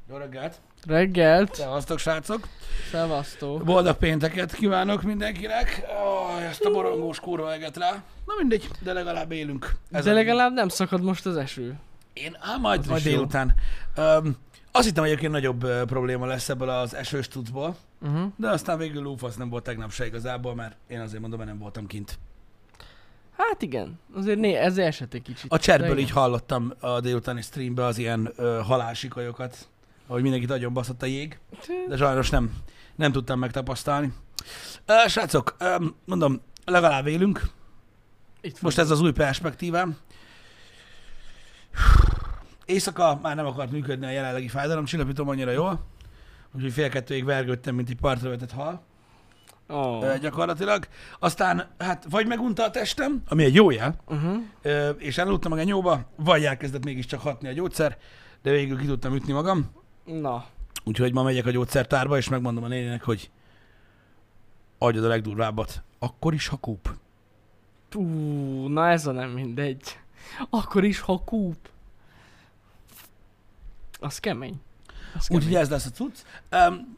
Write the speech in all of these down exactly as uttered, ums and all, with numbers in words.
Jó reggelt! Reggelt! Szevasztok, srácok! Szevasztok! Boldog pénteket kívánok mindenkinek! Oh, ezt a borongós kurva eget rá. Na mindegy, de legalább élünk. Ez de legalább nem szakad most az eső. Én, á, majd, Az majd is jó. délután. Um, azt hittem egyébként nagyobb uh, probléma lesz ebből az esős tudszból, Uh-huh. de aztán végül lúfasz nem volt tegnap se igazából, mert én azért mondom, mert nem voltam kint. Hát igen, azért né, ez esett egy kicsit. A chatből De így hallottam a délutáni streambe az ilyen uh, halálsikajokat, ahogy mindenkit nagyon baszott a jég, de sajnos nem, nem tudtam megtapasztalni. Uh, srácok, um, mondom, legalább élünk. Itt Most ez az új perspektívám. Éjszaka már nem akart működni a jelenlegi fájdalomcsillapítom annyira jól, úgyhogy fél kettőig vergődtem, mint egy partra vetett hal. Oh. Ö, gyakorlatilag. Aztán hát vagy megunta a testem, ami egy jó jel, Uh-huh. ö, és elaludtam a genyóba, vagy elkezdett mégiscsak hatni a gyógyszer, de végül ki tudtam ütni magam. Na. Úgyhogy ma megyek a gyógyszertárba, és megmondom a néninek, hogy adjad a legdurvábbat. Akkor is, ha kúp. Ú, na ez a nem mindegy. Akkor is, ha kúp. Az kemény. Az kemény. Úgyhogy ez lesz a cucc. Um,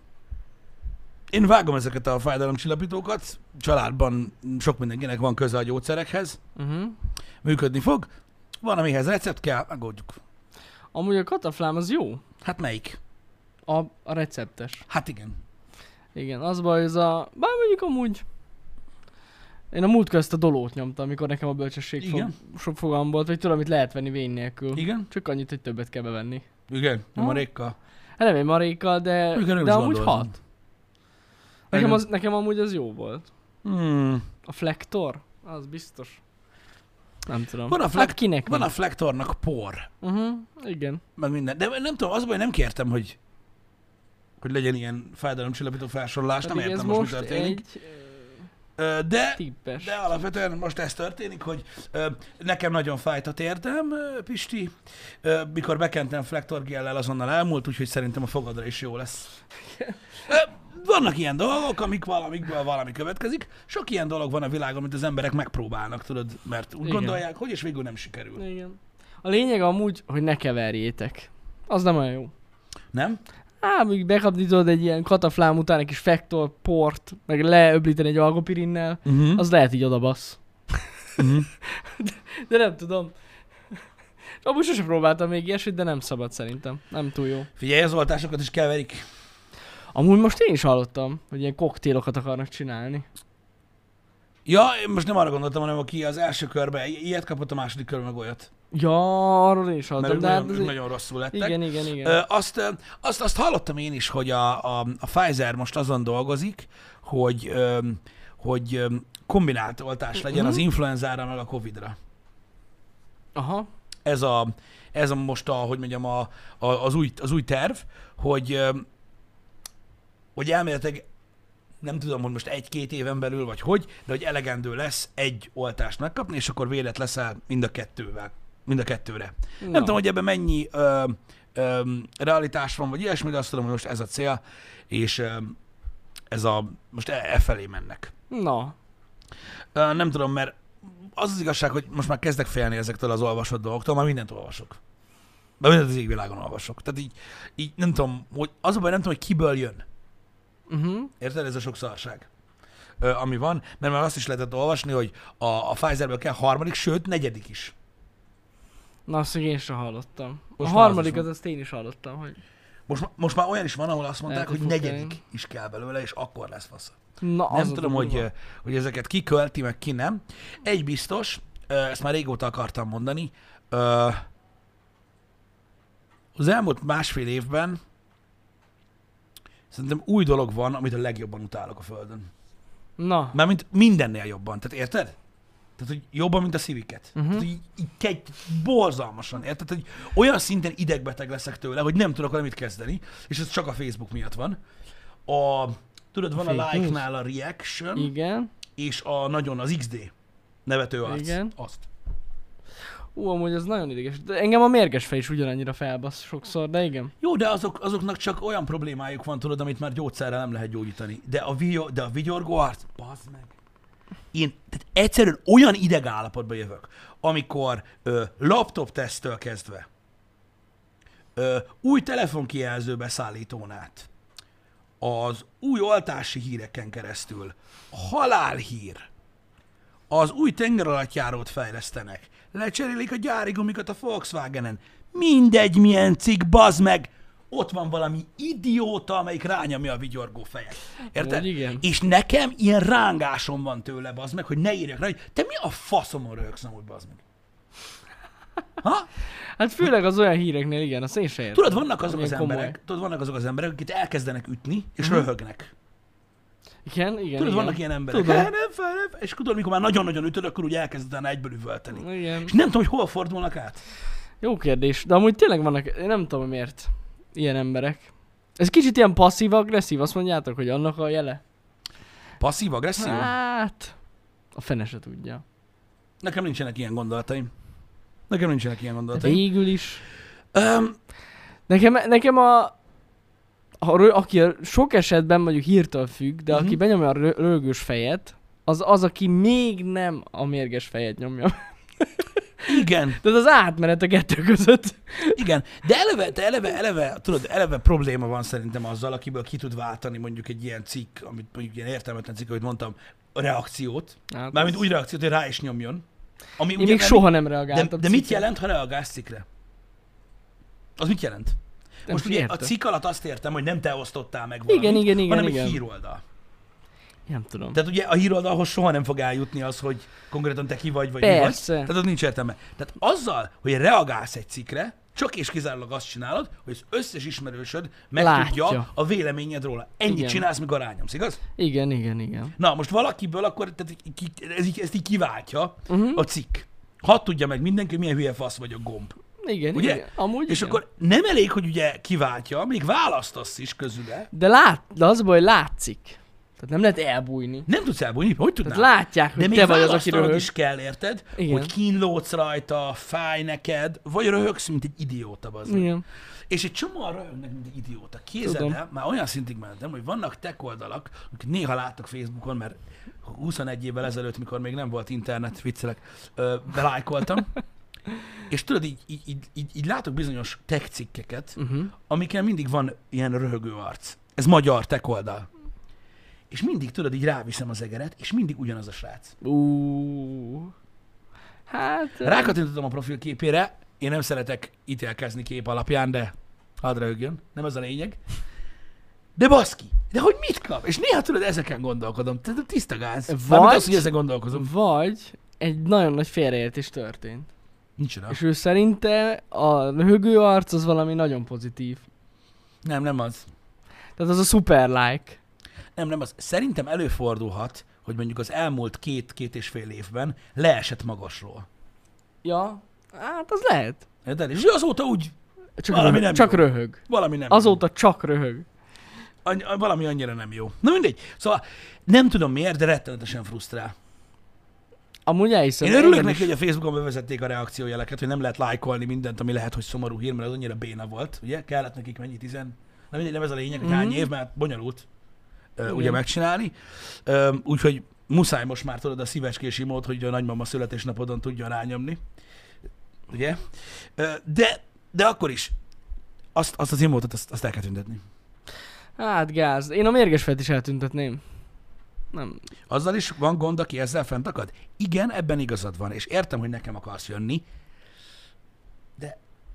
én vágom ezeket a fájdalomcsillapítókat. Családban sok mindenkinek van köze a gyógyszerekhez. Uh-huh. Működni fog. Van, amihez recept kell, megoldjuk. Amúgy a kataflám az jó. Hát melyik? A, a receptes. Hát igen. Igen, az baj, ez a... Bár mondjuk amúgy... Én a múlt közt a dolót nyomtam, amikor nekem a bölcsesség fog, Igen. sok fogalm volt, hogy tudom, amit lehet venni vén nélkül. Igen? Csak annyit, hogy többet kell bevenni. Igen, nem a Ha? rékkal. Hát nem egy marékkal, de, Igen, nem de is amúgy gondoltam. hat. Nekem, Igen. az, nekem amúgy az jó volt. Hmm. A flektor? Az biztos. Nem tudom. Van a, Hát flek- kinek van mi? a flektornak por, Uh-huh, igen. meg minden. De nem tudom, az baj, nem kértem, hogy hogy legyen ilyen fájdalomcsillapító felsorolás, nem Pedig értem ez most, mi most történik. egy Ö, De, tippes. de alapvetően most ez történik, hogy ö, nekem nagyon fájt a térdem, ö, Pisti. Ö, mikor bekentem flektorgéllel, azonnal elmúlt, úgyhogy szerintem a fogadra is jó lesz. Ö, vannak ilyen dolgok, amik valamikből valami következik. Sok ilyen dolog van a világon, amit az emberek megpróbálnak, tudod, mert úgy Igen. gondolják, hogy és végül nem sikerül. Igen. A lényeg amúgy, hogy ne keverjétek. Az nem olyan jó. Nem? Á, még bekapni tudod egy ilyen kataflám után egy kis fektor, port, meg leöblíteni egy algopirinnel, Uh-huh. az lehet így odabasz. Uh-huh. De nem tudom. Amúgy sosem próbáltam még ilyesmit, de nem szabad szerintem. Nem túl jó. Figyelj, az oltásokat is keverik. Amúgy most én is hallottam, hogy ilyen koktélokat akarnak csinálni. Ja, én most nem arra gondoltam, hanem aki az első körben i- ilyet kapott, a második körben meg olyat. Ja, arról én is Mert hallottam. ők De hát nagyon, ők azért... nagyon rosszul lettek. Igen, igen, igen. Ö, azt, ö, azt, azt hallottam én is, hogy a, a, a Pfizer most azon dolgozik, hogy, ö, hogy ö, kombinált oltás legyen az Mhm. influenzára meg a Covidra. Aha. Ez a, ez a most a, hogy mondjam, a, a, az, új, az új terv, hogy, ö, hogy elméletileg nem tudom, hogy most egy-két éven belül, vagy hogy, de hogy elegendő lesz egy oltást megkapni, és akkor védett leszel mind a kettővel. Mind a kettőre. Na. Nem tudom, hogy ebben mennyi ö, ö, realitás van, vagy ilyesmi, de azt tudom, hogy most ez a cél, és ö, ez a, most e, e felé mennek. Na. Ö, nem tudom, mert az az igazság, hogy most már kezdek félni ezektől az olvasott dolgoktól, már mindent olvasok. Már mindent az égvilágon olvasok. Tehát így, így nem tudom, hogy az a baj, nem tudom, hogy kiből jön. Uh-huh. Érted? Ez a sok szarság, ö, ami van, mert már azt is lehetett olvasni, hogy a, a Pfizerből kell harmadik, sőt, negyedik is. Na, azt még én sem hallottam. Most a már az harmadik is van. az azt én is hallottam, hogy... Most, ma- most már olyan is van, ahol azt mondták, Lehet, hogy hogy negyedik fog is kell belőle, és akkor lesz fasz. Na, az Nem a tudom, durva. hogy, hogy ezeket ki költi, meg ki nem. Egy biztos, ö, ezt már régóta akartam mondani, ö, az elmúlt másfél évben szerintem új dolog van, amit a legjobban utálok a Földön. Na. Mármint mindennél jobban, tehát érted? Tehát, hogy jobban, mint a Civic-et. Mhm. Tehát, így, így kegy, borzalmasan, érted? Hogy olyan szinten idegbeteg leszek tőle, hogy nem tudok vele mit kezdeni, és ez csak a Facebook miatt van. A, tudod, van a Fake news. like-nál a reaction, Igen. és a nagyon az iksz dé nevető arc. Igen. Azt. Ú, amúgy ez nagyon ideges. De engem a mérges fej is ugyanannyira felbasz sokszor, de igen. Jó, de azok, azoknak csak olyan problémájuk van, tudod, amit már gyógyszerrel nem lehet gyógyítani. De a, vigyo, de a vigyorgó arc, bazd meg. Én tehát egyszerűen olyan ideg állapotba jövök, amikor ö, laptop tesztől kezdve, ö, új telefonkijelző beszállítón át, az új oltási híreken keresztül, halálhír, az új tengeralattjárót fejlesztenek, lecserélik a gyári gumikat a Volkswagenen, mindegy milyen cikk, bazd meg, ott van valami idióta, amelyik rányomja a vigyorgó fejet. Érted? Amúgy igen. És nekem ilyen rángásom van tőle, bazd meg, hogy ne írjak rá, hogy te mi a faszomon röhögsz amúgy, bazd meg. Ha? Hát főleg az olyan híreknél, igen, azt én se értem. Tudod, vannak azok az Milyen komoly. emberek, tudod, vannak azok az emberek, akik elkezdenek ütni, és Mhm. röhögnek. Igen, igen, Tudod, igen. vannak ilyen emberek. Tudom. Hát nem fel, nem fel. És tudod, mikor már nagyon-nagyon ütöd, akkor úgy elkezded egyből üvölteni. Igen. És nem tudom, hogy hol fordulnak át. Jó kérdés, de amúgy tényleg vannak, én nem tudom, hogy miért ilyen emberek. Ez kicsit ilyen passzív-agresszív, azt mondjátok, hogy annak a jele? Passzív, agresszív? Hát, a fene se tudja. Nekem nincsenek ilyen gondolataim. Nekem nincsenek ilyen gondolataim. Végül is. Um, Nekem, nekem a, a, rö- aki a sok esetben mondjuk hírtől függ, de Mhm. aki benyomja a rö- rögős fejet, az az, aki még nem a mérges fejet nyomja. igen, Tehát az átmenet a kettő között. igen. De eleve, de eleve, eleve, tudod, eleve probléma van szerintem azzal, akiből ki tud váltani mondjuk egy ilyen cikk, amit mondjuk ilyen értelmetlen cikk, ahogy mondtam, a reakciót. Hát Mármint az- úgy reakciót, hogy rá is nyomjon. Ami Én ugye még nem- soha nem De, reagáltam. de mit cikkre. jelent, ha reagálsz cikkre? Az mit jelent? Nem Most is ugye a értem. cikk alatt azt értem, hogy nem te osztottál meg valamit, Igen, igen, igen, hanem igen. egy híroldal. Nem tudom. Tehát ugye a híroldalhoz soha nem fog eljutni az, hogy konkrétan te ki vagy, vagy mi vagy. Persze. Tehát az nincs értelme. Tehát azzal, hogy reagálsz egy cikkre, csak és kizárólag azt csinálod, hogy az összes ismerősöd megtudja Látja. a véleményed róla. Ennyit Igen. csinálsz, mikor rányomsz, igaz? Igen, igen, igen. Na, most valakiből akkor tehát ki- ez így, ezt így kiváltja Uh-huh. a cikk. Hadd tudja meg mindenki, hogy milyen hülye fasz vagy a gomb. Igen, Ugye? igen. Amúgy És igen. akkor nem elég, hogy ugye kiváltja, még választasz is közüle. De, lát, de az a baj, hogy látszik. Tehát nem lehet elbújni. Nem tudsz elbújni, hogy tudnál? Tehát látják, De hogy még te vagy az, aki választanod röhög. is kell, érted? Igen. Hogy kínlódsz rajta, fáj neked, vagy röhögsz, mint egy idióta, bazd meg. Igen. És egy csomóan röhögnek, mint egy idióta. Képzeld Tudom. el, már olyan szintig mentem, hogy vannak tech oldalak, akik néha láttak Facebookon, mert huszonegy évvel ezelőtt, mikor még nem volt internet, viccelek, ö, belájkoltam. És tudod, így, így, így, így, így látok bizonyos tech cikkeket, Uh-huh. amiken mindig van ilyen röhögő arc. Ez magyar tech oldal. És mindig, tudod, így ráviszem az egeret, és mindig ugyanaz a srác. Uh. Hát... Rákattintottam a profilképére, én nem szeretek ítélkezni kép alapján, de hadd röhögjön, nem ez a lényeg. De baszki, de hogy mit kap? És néha tudod, ezeken gondolkodom. Tehát tiszta gáz. Vagy- Vagy... az, hogy ezen gondolkozom. Vagy egy nagyon nagy félreértés történt. Nincs rá. És ő szerinte a röhögő arc az valami nagyon pozitív. Nem, nem az. Tehát az a super like. Nem, nem az. Szerintem előfordulhat, hogy mondjuk az elmúlt két-két és fél évben leesett magasról. Ja, hát az lehet. Érted? És azóta úgy Csak, Valami röhög, nem csak jó. röhög. valami nem Azóta csak röhög. Annyi, valami annyira nem jó. Na mindegy. Szóval nem tudom miért, de rettenetesen frusztrál. Amúgy elhiszem. Én örülök engem neki, is. hogy a Facebookon bevezették a reakciójeleket, hogy nem lehet lájkolni mindent, ami lehet, hogy szomorú hír, mert az annyira béna volt. Ugye? Kellett nekik mennyi tizen... Na mindegy, nem ez a lényeg, hogy Mhm. hány év, mert bonyolult ö, Igen. ugye megcsinálni. Ö, Úgyhogy muszáj most már tudod a szíveskés imót, hogy a nagymama születésnapodon tudjon rányomni. Ugye? Ö, De, de akkor is azt, azt az imótot, azt, azt el kell tüntetni. Hát gáz. Én a mérges fejet is eltüntetném. Nem. Azzal is van gond, aki ezzel fent akad? Igen, ebben igazad van, és értem, hogy nekem akarsz jönni, de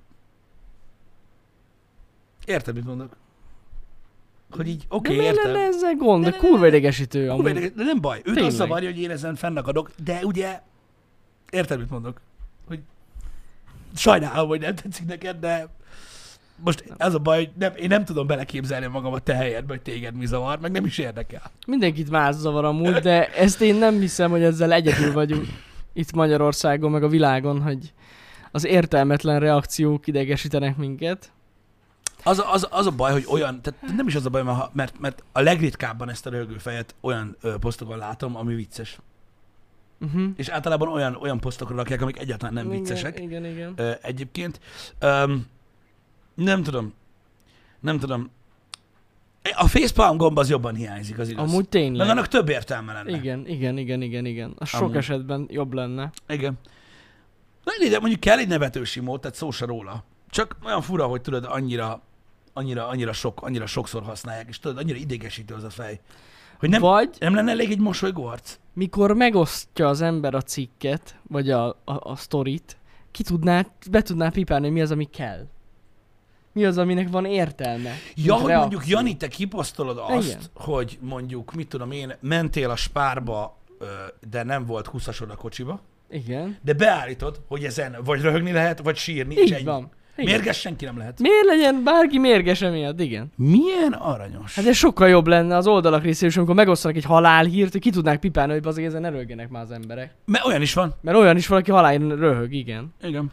érted, mit mondok? Hogy így, oké, De okay, miért lenne értem. ezzel gond? De De- de- de- kurva idegesítő Kurva amúgy. ideges- De nem baj, őt Tényleg. az zavarja, hogy én ezen fennakadok, de ugye, érted, mit mondok? Hogy sajnálom, hogy nem tetszik neked, de most ez a baj, hogy nem, én nem tudom beleképzelni magam a te helyedbe, hogy téged mi zavar, meg nem is érdekel. Mindenkit más zavar amúgy, de ezt én nem hiszem, hogy ezzel egyedül vagyunk itt Magyarországon, meg a világon, hogy az értelmetlen reakciók idegesítenek minket. Az a, az, a- az a baj, hogy olyan, tehát nem is az a baj, mert, ha- mert, mert a legritkábban ezt a röhögő fejet olyan ö, posztokon látom, ami vicces. Uh-huh. És általában olyan, olyan posztokra rakják, amik egyáltalán nem viccesek. Igen, igen, igen. Ö, egyébként. Öm, nem tudom. Nem tudom. A facepalm gomb az jobban hiányzik, az igaz. Amúgy Meg tényleg. annak több értelme lenne. Igen, igen, igen, igen, igen. A sok Amúgy. esetben jobb lenne. Igen. Na, de mondjuk kell egy nevetős imót, tehát szó se róla. Csak olyan fura, hogy tudod, annyira, annyira, annyira, sok, annyira sokszor használják, és tudod, annyira idegesítő az a fej. Hogy nem, Vagy nem lenne elég egy mosolygó arc? mikor megosztja az ember a cikket, vagy a, a, a sztorit, ki tudná, be tudná pipálni, hogy mi az, ami kell. Mi az, aminek van értelme. Ja, mint hogy reakció. mondjuk, Jani, te kiposztolod azt, Igen. hogy mondjuk, mit tudom én, mentél a Spárba, ö, de nem volt húszasod a kocsiba, Igen. de beállítod, hogy ezen vagy röhögni lehet, vagy sírni, és Így ennyi. van. Igen. Mérges senki nem lehet. Miért legyen bárki mérges emiatt? Igen. Milyen aranyos. Hát ez sokkal jobb lenne az oldalak részéről, is, amikor megosztanak egy halálhírt, hogy ki tudnák pipálni, hogy azért ezen ne röhögjenek már az emberek. Mert olyan is van. Mert olyan is valaki halálhír röhög, igen. Igen.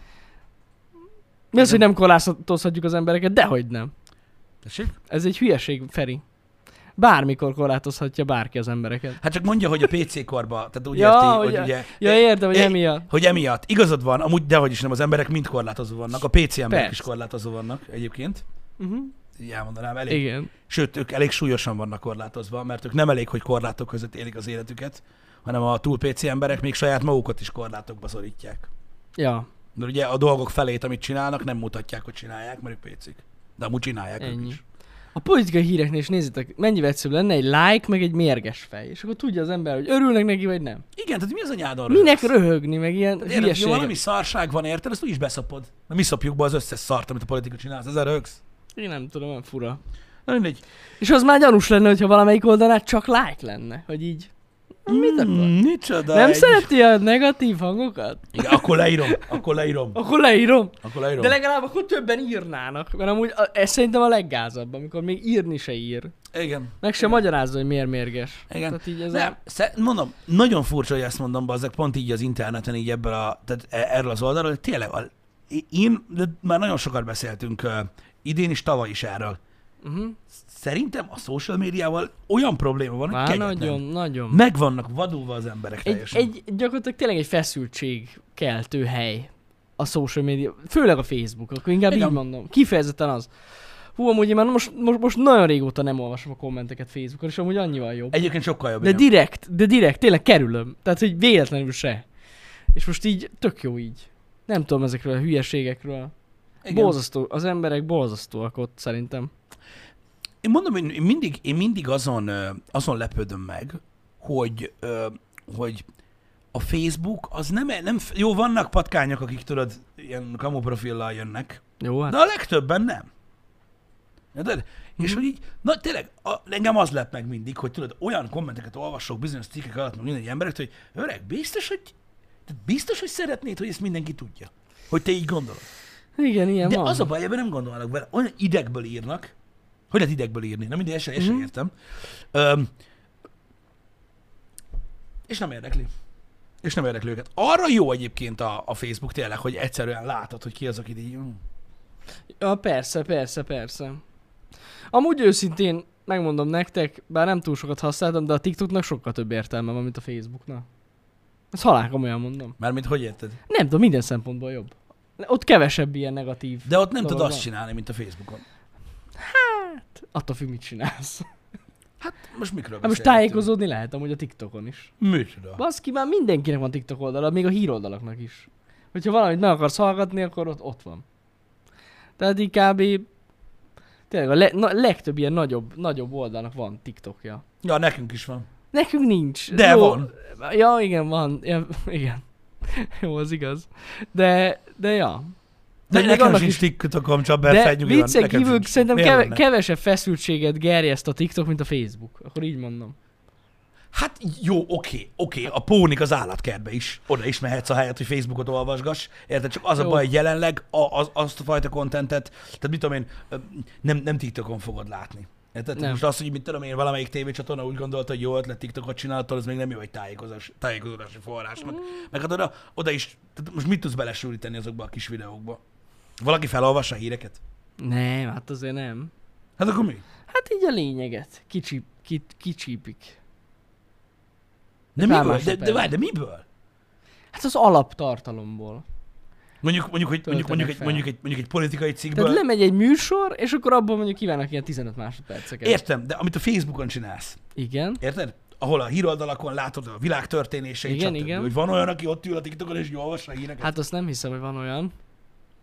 Mi az, hogy nem korlátozhatjuk az embereket? Dehogy nem. Tessék? Ez egy hülyeség, Feri. Bármikor korlátozhatja bárki az embereket. Hát csak mondja, hogy a pé cé korba, tehát úgy Ja, érti, hogy- hogy ugye... Ja, értem, hogy Eh, emiatt. Hogy emiatt. Igazad van, amúgy dehogy is nem, az emberek mind korlátozó vannak. A pé cé emberek Persze. is korlátozó vannak egyébként. Uh-huh. Így elmondanám, elég. Igen. Sőt, ők elég súlyosan vannak korlátozva, mert ők nem elég, hogy korlátok között élik az életüket, hanem a túl pé cé emberek még saját magukat is korlátokba szorítják. Ja, De ugye a dolgok felét, amit csinálnak, nem mutatják, hogy csinálják, mert ők pécék. De amúgy csinálják ők ennyi. is. A politikai híreknél is nézzétek, mennyivel egyszerűbb lenne egy like, meg egy mérges fej. És akkor tudja az ember, hogy örülnek neki, vagy nem. Igen, tehát mi az anyádon Minek röhögsz? röhögni, meg ilyen Tehát érted, jó, hülyeségek. valami szarság van, érted? Ezt úgy is beszopod. Na mi szopjuk be az összes szart, amit a politika csinál, ezzel röhögsz. Én nem tudom, olyan fura. Na mindegy. És az már gyanús lenne, hogyha valamelyik oldalán csak like lenne, hogy így. Mit akar? Mm, micsoda Nem egy... szereti a negatív hangokat? Igen, akkor leírom, akkor leírom, Akkor leírom. akkor leírom. De legalább akkor többen írnának, mert amúgy a- ez szerintem a leggázabb, amikor még írni se ír. Igen. Meg se magyarázza, hogy miért mérges. Igen. Tehát így ez Nem, sze- mondom, nagyon furcsa, hogy ezt mondom, bazzeg, pont így az interneten, így ebből a, tehát e- erről az oldalról, hogy tényleg, a, én, de már nagyon sokat beszéltünk uh, idén is, tavaly is erről. A... Uh-huh. Szerintem a social médiával olyan probléma van, hogy Már kegyetlen. nagyon, nagyon. Meg vannak vadulva az emberek Egy, teljesen. egy, gyakorlatilag tényleg egy feszültség keltő hely a social media, főleg a Facebook, akkor inkább Igen. így mondom. Kifejezetten az. Hú, amúgy én már most, most, most nagyon régóta nem olvasom a kommenteket Facebookon, és amúgy annyival jobb. Egyébként sokkal jobb. De igen. direkt, de direkt, tényleg kerülöm. Tehát, hogy véletlenül se. És most így tök jó így. Nem tudom ezekről a hülyeségekről. Igen. Borzasztó, az emberek borzasztóak ott szerintem. Én mondom, én én mindig, én mindig azon, ö, azon lepődöm meg, hogy, ö, hogy a Facebook az nem, nem, jó, vannak patkányok, akik tudod, ilyen kamu profillal jönnek, Jó, hát. de a legtöbben nem. Érted? És hogy így, na tényleg, a, engem az lep meg mindig, hogy tudod, olyan kommenteket olvasok bizonyos cikkek alatt, meg minden emberek, hogy öreg, biztos, hogy, tehát biztos, hogy szeretnéd, hogy ezt mindenki tudja. Hogy te így gondolod. Igen, ilyen De van. az a baj, ebben nem gondolnak vele. Olyan idegből írnak, hogy lehet idegből írni, nem mindig, ezt sem, ezt sem Mhm. értem. Öm, és nem érdekli. És nem érdekli őket. Arra jó egyébként a, a Facebook tényleg, hogy egyszerűen látod, hogy ki az, aki így... mm. Ja, persze, persze, persze. Amúgy őszintén megmondom nektek, bár nem túl sokat használtam, de a TikToknak sokkal több értelme van, mint a Facebooknak. Ezt halál komolyan mondom. Mármint hogy érted? Nem tudom, minden szempontból jobb. Ott kevesebb ilyen negatív. De ott nem dolog tudod azt van. csinálni, mint a Facebookon. Attól függ, mit csinálsz. Hát most mikről Hát most beszélgetünk? tájékozódni lehet amúgy a TikTokon is. Micsoda? Baszki, már mindenkinek van TikTok oldala, még a híroldalaknak is. Hogyha valamit meg akarsz hallgatni, akkor ott, ott van. Tehát így kb. Tényleg a le, na, legtöbb ilyen nagyobb, nagyobb oldalnak van TikTokja. Ja, nekünk is van. Nekünk nincs. De van. Ja, igen, van. Ja, igen. Jó, az igaz. De, de ja. De még nekem annak sincs is- TikTokom, csak be De felnyugodjon, viccen nekem kívül sincs. szerintem Miért keve, lenne? kevesebb feszültséget gerjeszt a TikTok, mint a Facebook. Akkor így mondom. Hát jó, oké, oké, a pónik az állatkertbe is. Oda is mehetsz a helyet, hogy Facebookot olvasgass. Érted? Csak az a Jó. baj, hogy jelenleg a, az, azt a fajta kontentet, tehát mit tudom én, ö, nem, nem TikTokon fogod látni. Érted? Nem. Most azt, hogy mit tudom én, valamelyik tévécsatorna úgy gondolta, hogy jó ötlet TikTokot csináltad, az még nem jó egy tájékozás, tájékozódási forrásnak. Meg hát oda, oda is, tehát most mit tudsz belesűríteni azokba a kis videókba? Valaki felolvassa a híreket? Nem, hát azért nem. Hát akkor mi? Hát így a lényeget. Kicsi, ki, kicsípik. De Pár miből? De, de, másodperc. várj, de miből? Hát az alaptartalomból. Mondjuk, mondjuk, hogy, mondjuk, mondjuk, egy, fel. mondjuk, egy, mondjuk egy politikai cikkből. Tehát lemegy egy műsor, és akkor abból mondjuk kívánnak ilyen tizenöt másodperceket. Értem, de amit a Facebookon csinálsz, Igen. érted? Ahol a híroldalakon látod a világ történéseit, Igen, stb. igen. Hogy van olyan, aki ott ül a TikTokon és olvassa a híreket. Hát azt nem hiszem, hogy van olyan.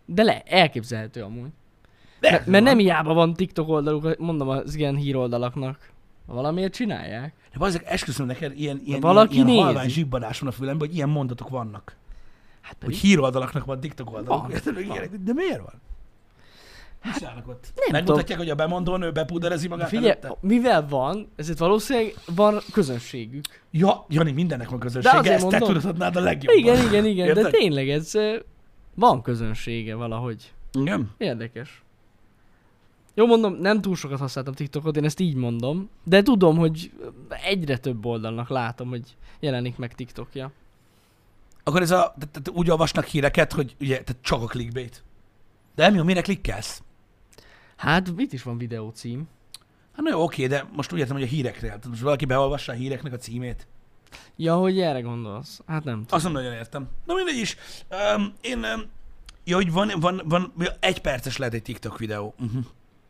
De le, elképzelhető amúgy. De, Mert, mert nem hiába van TikTok oldaluk, mondom az ilyen híroldalaknak. Valamiért csinálják. De azért esküszöm neked, ilyen, ilyen, valaki ilyen, ilyen nézi. halvány zsibbanás van a fülemben, hogy ilyen mondatok vannak. Hát Hogy pedig, híroldalaknak van TikTok oldaluk. Van, Érted, hogy van. ilyenek? De miért van? Hát, csinálnak ott? nem Megmutatják, hogy a bemondón ő bepúderezi magát figyelj, előtte? mivel van, ezért valószínűleg van közönségük. Ja, Jani, mindennek van közönsége, azért ezt te mondom. tudhatnád a legjobban. Igen, igen, igen, Érted? de tényleg ez ö, van közönsége valahogy. Igen? Érdekes. Jó, mondom, nem túl sokat használtam TikTokot, én ezt így mondom, de tudom, hogy egyre több oldalnak látom, hogy jelenik meg TikTokja. Akkor ez a, tehát úgy olvasnak híreket, hogy ugye, tehát csak a clickbait. De nem jó, mire klikkelsz? Hát itt is van videó cím. Hát na jó, oké, de most úgy értem, hogy a híreknél. Tehát most valaki beolvassa a híreknek a címét. Ja, hogy erre gondolsz. Hát nem tudom. Azt nem nagyon értem. Na mindegy is. Um, én, um, ja, hogy van, van, van, egy perces lehet egy TikTok videó. Uh-huh.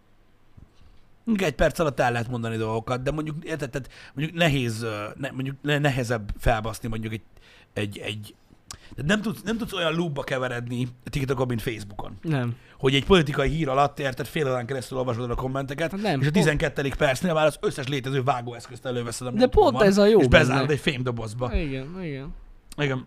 Egy perc alatt el lehet mondani dolgokat, de mondjuk, érted, tehát mondjuk nehéz, ne, mondjuk nehezebb felbaszni mondjuk egy, egy, egy tehát nem tudsz, nem tudsz olyan loopba keveredni TikTokon, mint Facebookon. Nem. Hogy egy politikai hír alatt, érted, fél órán keresztül olvasod a kommenteket, Hát nem, és a pont- tizenkettedik percnél már az összes létező vágóeszközt előveszed, ami De otthon pont van, ez a jó és bezárod benne. egy fémdobozba. Igen, igen. Igen.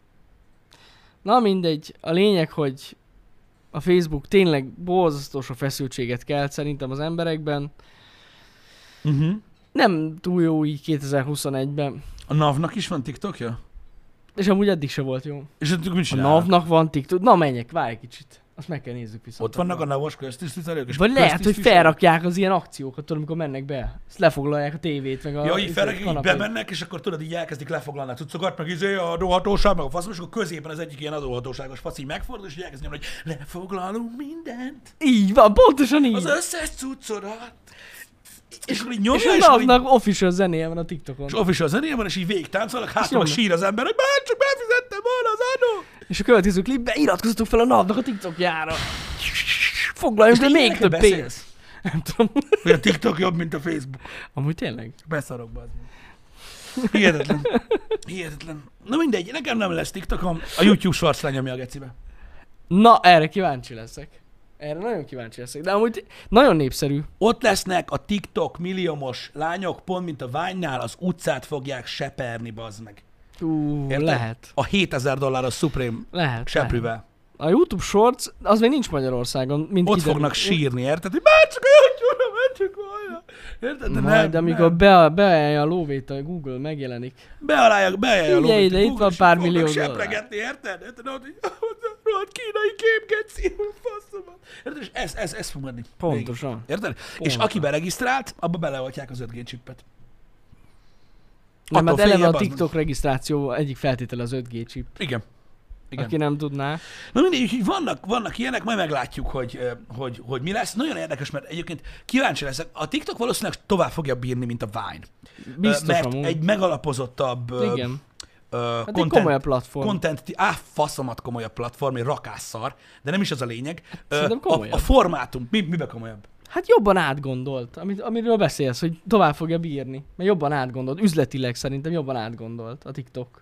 Na mindegy, a lényeg, hogy a Facebook tényleg borzasztó sok feszültséget kelt szerintem az emberekben. Uh-huh. Nem túl jó így kétezer-huszonegyben. A NAV-nak is van TikTokja? És amúgy eddig se volt jó. És ott mit A csinálnak? NAV-nak van TikTok. Na menjek, várj egy kicsit. Azt meg kell nézzük vissza. Ott vannak a NAV-os köztisztviselők? és Vagy lehet, hogy köztisztviselők? felrakják az ilyen akciókat, tudod, amikor mennek be. Ezt lefoglalják a tévét, meg a... Ja, így felrakják, így kanapét. bemennek, és akkor tudod, így elkezdik lefoglalni a cuccokat, meg izé a adóhatóság, meg a faszom, és akkor középen az egyik ilyen adóhatóságos fasz így megfordul, és így elkezd nyomni, hogy lefoglalunk mindent, Így van, pontosan így. az összes cuccodat. És akkor így És nyomja, a és, akkor így, napnak official zenéje van a TikTokon. és official zenéje van, és így végig táncolnak, hátul nyomja. sír az ember, hogy már csak befizettem volna az adó. És a következő klipben iratkozzatok fel a napnak a TikTokjára. Foglaljunk le még ilyenekkel több beszélsz? pénzt. Nem tudom. Hogy a TikTok jobb, mint a Facebook. Amúgy tényleg? Beszarok be az. Hihetetlen. Hihetetlen. Na mindegy, nekem nem lesz TikTokom, a YouTube Shorts lenyomja a gecibe. Na, erre kíváncsi leszek. Erre nagyon kíváncsi leszek. De amúgy nagyon népszerű. Ott lesznek a TikTok milliómos lányok, pont mint a Vine-nál, az utcát fogják seperni, bazd meg. Ú, Érted? lehet. A hétezer dolláros Supreme Lehet. lehet. seprűvel. A YouTube Shorts, az még nincs Magyarországon. Mint Ott kiderül. fognak sírni, érted? Hogy már csak a YouTube-ra mentünk volna. Érted? De Majd nem, amikor nem. be, beállja a lóvét, a Google megjelenik. Beállják, beállják a Figyelj lóvét, ide, a itt Google, van és pár fognak millió dollár. sepregetni, érted? Érted? Ott így, rohadt kínai képgeci, faszomat. Érted? És ez, ez, ez fog menni. Pontosan. Végig. Érted? És Pontosan. aki beregisztrált, abba beleoltják az öt G csippet. Nem, Attól mert eleve a féljebb az TikTok regisztráció egyik feltétele az öt G chip. Igen. Igen. Aki nem tudná. Na mindegy, úgyhogy vannak, vannak ilyenek, majd meglátjuk, hogy, ö, hogy, hogy mi lesz. Nagyon érdekes, mert egyébként kíváncsi leszek. A TikTok valószínűleg tovább fogja bírni, mint a Vine. Biztos Ö, mert amúgy. egy megalapozottabb ö, Igen. ö, Hát egy content, komolyabb platform. content, á, faszomat komolyabb platform, egy rakásszar, de nem is az a lényeg. Ö, Szerintem a, komolyabb. a formátum, mi, mibe komolyabb? Hát jobban átgondolt, amit, amiről beszélsz, hogy tovább fogja bírni. Mert jobban átgondolt. Üzletileg szerintem jobban átgondolt a TikTok.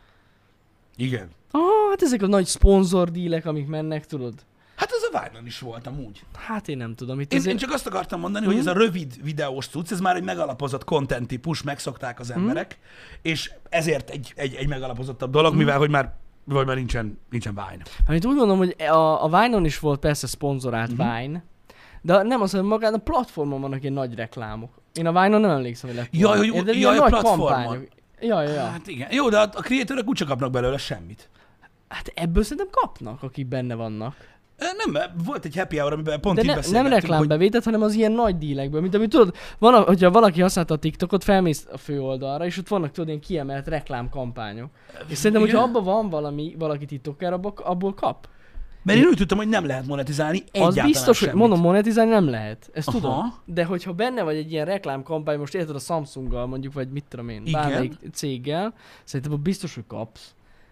Igen. Ah, hát ezek a nagy szponzor dílek, amik mennek, tudod? Hát ez a Vine-on is volt amúgy. Hát én nem tudom. Itt Én, azért... én csak azt akartam mondani, Mhm. hogy ez a rövid videós cucc, ez már egy megalapozott content típus, megszokták az emberek, és ezért egy, egy, egy megalapozottabb dolog, Mhm. mivel hogy már, vagy már nincsen, nincsen Vine. Amit úgy gondolom, hogy a, a Vine-on is volt persze szponzorált Mhm. Vine, de nem az, hogy magán a platformon vannak ilyen nagy reklámok. Én a Vine-on nem emlékszem, hogy lett Jaj, volna. hogy- Érted? jaj, Ilyen a nagy platformon. kampányok. Jaj, jaj, jaj. Hát igen. Jó, de a, a creatorok úgyse kapnak belőle semmit. Hát ebből szerintem kapnak, akik benne vannak. Ö, Nem, volt egy happy hour, amiben pont De így ne, nem beszélgettünk, hogy reklámbevételt, hanem az ilyen nagy dílekből. Mint amit tudod, van, a, hogyha valaki használta a TikTokot, felmész a főoldalra, és ott vannak tudod ilyen kiemelt reklámkampányok. És szerintem, igen. hogyha abban van valami, valaki TikToker, abból, abból kap. Mert én úgy tudtam, hogy nem lehet monetizálni egyáltalán Az biztos, hogy semmit. mondom, monetizálni nem lehet. Ezt Aha. tudom. De hogyha benne vagy egy ilyen reklámkampány, most érted a Samsunggal mondjuk, vagy mit tudom én, Igen. bármelyik céggel, szerintem abban biztos, hogy kapsz.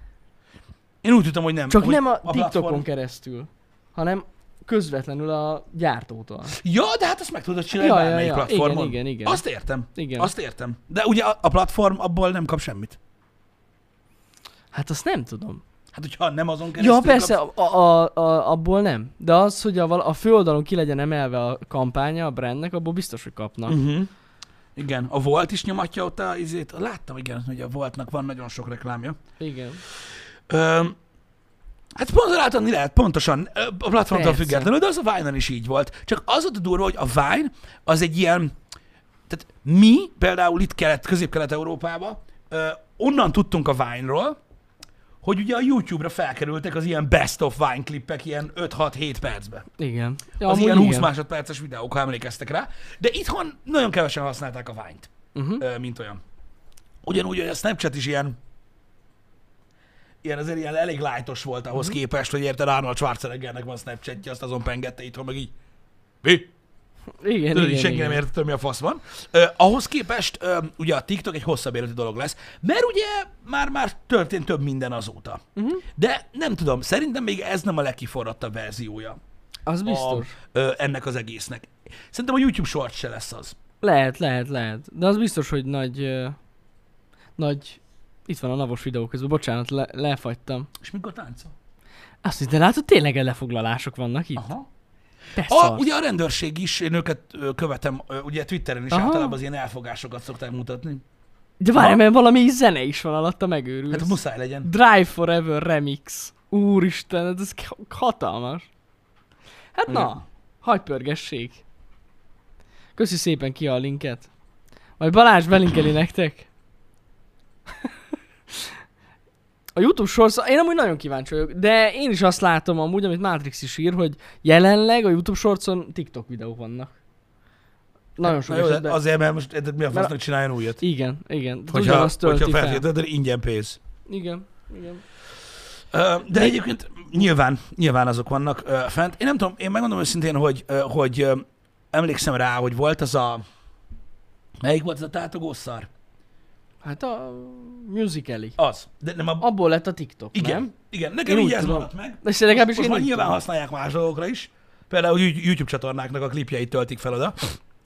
Én úgy tudtam, hogy nem. Csak hogy nem a, platform- TikTokon keresztül, hanem közvetlenül a gyártótól. Ja, de hát azt meg tudod csinálni Ja, ja, bármelyik ja. platformon. Igen, igen, igen. Azt értem. Igen. Azt értem. De ugye a, a platform abból nem kap semmit. Hát azt nem tudom. Hát, hogyha nem azon keresztül Ja, persze, kapsz... a, a, a, abból nem. De az, hogy a, val- a főoldalon ki legyen emelve a kampánya a brandnek, abból biztos, hogy kapnak. Uh-huh. Igen, a Volt is nyomatja ott a izét. Láttam, igen, hogy a Voltnak van nagyon sok reklámja. Igen. Ö, hát pont látni lehet, pontosan, a platformtól Persze. függetlenül, de az a Vine-on is így volt. Csak az volt a durva, hogy a Vine az egy ilyen, tehát mi például itt kelet, közép-kelet-európában ö, onnan tudtunk a Vine-ról, hogy ugye a YouTube-ra felkerültek az ilyen best of Vine klippek ilyen öt-hat-hét percbe. Igen. Ja, Az amúgy ilyen húsz igen. másodperces videók, ha emlékeztek rá. De itthon nagyon kevesen használták a Vine-t, Uh-huh. ö, mint olyan. Ugyanúgy, hogy a Snapchat is ilyen, ilyen azért ilyen elég lightos volt ahhoz Mhm. képest, hogy érted, Arnold Schwarzeneggernek van Snapchatja, azt azon pengette itthon, meg így. Mi? Igen, Tudod, így igen, senki igen. nem értette, hogy mi a fasz van. Uh, ahhoz képest uh, ugye a TikTok egy hosszabb életű dolog lesz, mert ugye már, már történt több minden azóta. Uh-huh. De nem tudom, szerintem még ez nem a legkiforrottabb verziója Az biztos. a, uh, ennek az egésznek. Szerintem a YouTube Short se lesz az. Lehet, lehet, lehet. De az biztos, hogy nagy... Uh, nagy... Itt van a navos videó közben, bocsánat, le, lefagytam. És mikor táncol? Azt hiszem, de látod, tényleg lefoglalások vannak itt? Aha. Persze. A, az. ugye a rendőrség is, én őket ö, követem, ö, ugye Twitteren is Aha. általában az ilyen elfogásokat szokták mutatni. De várj, Ha? mert valami zene is van alatta, megőrülsz. Hát muszáj legyen. Drive Forever Remix. Úristen, ez k- hatalmas. Hát Igen. na, hagyj pörgessék. Köszi szépen ki a linket. Majd Balázs belinkeli nektek. A YouTube Shorts, én amúgy nagyon kíváncsi vagyok, de én is azt látom amúgy, amit Matrix is ír, hogy jelenleg a YouTube Shortson TikTok videók vannak. Nagyon sok Na jó, de esetben. azért, mert most érted, mi a Mert- fasznak csináljon újat? Igen, igen. Hogyha, Ugyanazt hogyha tölti fel. feltétlenül ingyen pénz. Igen, igen. Ö, De egyébként nyilván, nyilván azok vannak ö, fent. Én nem tudom, én megmondom őszintén, hogy, ö, hogy ö, emlékszem rá, hogy volt az a... Melyik volt az a tátogó szar? Hát a Musical.ly. Az. De nem a... Abból lett a TikTok, Igen, nem? igen. Nekem Én így úgy ez tudom. maradt meg. De ezt legalábbis Most én már úgy nyilván tudom. használják más dolgokra is. Például You- YouTube csatornáknak a klipjeit töltik fel oda.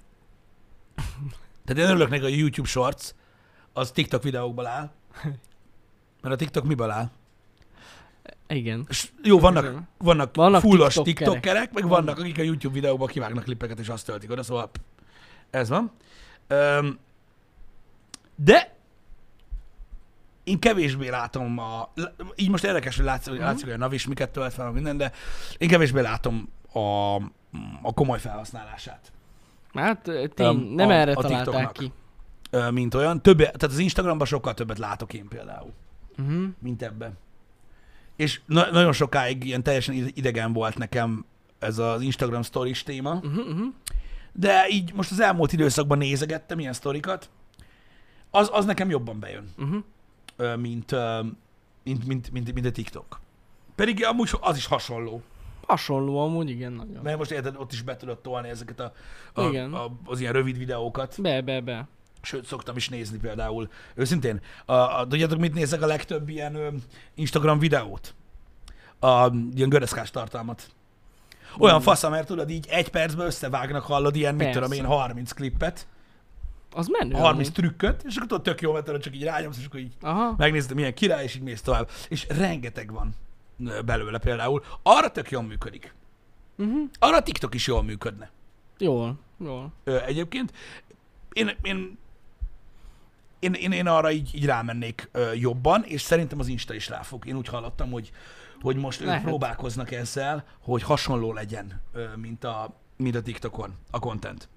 Tehát én örülök neki, hogy a YouTube Shorts az TikTok videókból áll. Mert a TikTok miből áll? Igen. És jó, vannak, Igen. vannak, Vannak fullos tiktokerek. tiktokerek, meg Vannak. vannak, akik a YouTube videókból kivágnak klippeket, és azt töltik oda, szóval ez van. Öm, de én kevésbé látom a... Így most érdekes, hogy látszik, hogy, Mhm. látszik, hogy a Navis miket tölt fel, meg minden, de én kevésbé látom a, a komoly felhasználását, Hát tény, Öm, nem a- erre a találták TikToknak. ki. Ö, mint olyan. Több, tehát az Instagramban sokkal többet látok én például, Uh-huh. mint ebben. És na- nagyon sokáig ilyen teljesen ide- idegen volt nekem ez az Instagram stories téma, Uh-huh, uh-huh. de így most az elmúlt időszakban nézegettem ilyen sztorikat, az, az nekem jobban bejön, Uh-huh. ö, mint, ö, mint, mint, mint, mint a TikTok. Pedig amúgy az is hasonló. Hasonló amúgy, igen, nagyon. Mert most érted, ott is be tudod tolni ezeket a, a, Igen. a, az ilyen rövid videókat. Be, be, be. Sőt, szoktam is nézni például. Őszintén, a, a, tudjátok, mit nézek a legtöbb ilyen ö, Instagram videót? A, ilyen göreszkás tartalmat. Olyan Mm. fasza, mert tudod, így egy percben összevágnak, hallod, ilyen, mit Persze. tudom én, harminc klippet, Az menő. harminc amúgy. trükköt, és akkor tudod, tök jó, mert tudod, csak így rányomsz, és akkor így Aha. megnézed, milyen király, és így mész tovább. És rengeteg van ö, belőle például. Arra tök jól működik. Uh-huh. Arra a TikTok is jól működne. Jól, jól. Ö, egyébként. Én, én, én, én, én arra így, így rámennék ö, jobban, és szerintem az Insta is rá fog. Én úgy hallottam, hogy, hogy most ők Lehet. próbálkoznak ezzel, hogy hasonló legyen, ö, mint, a, mint a TikTokon a content.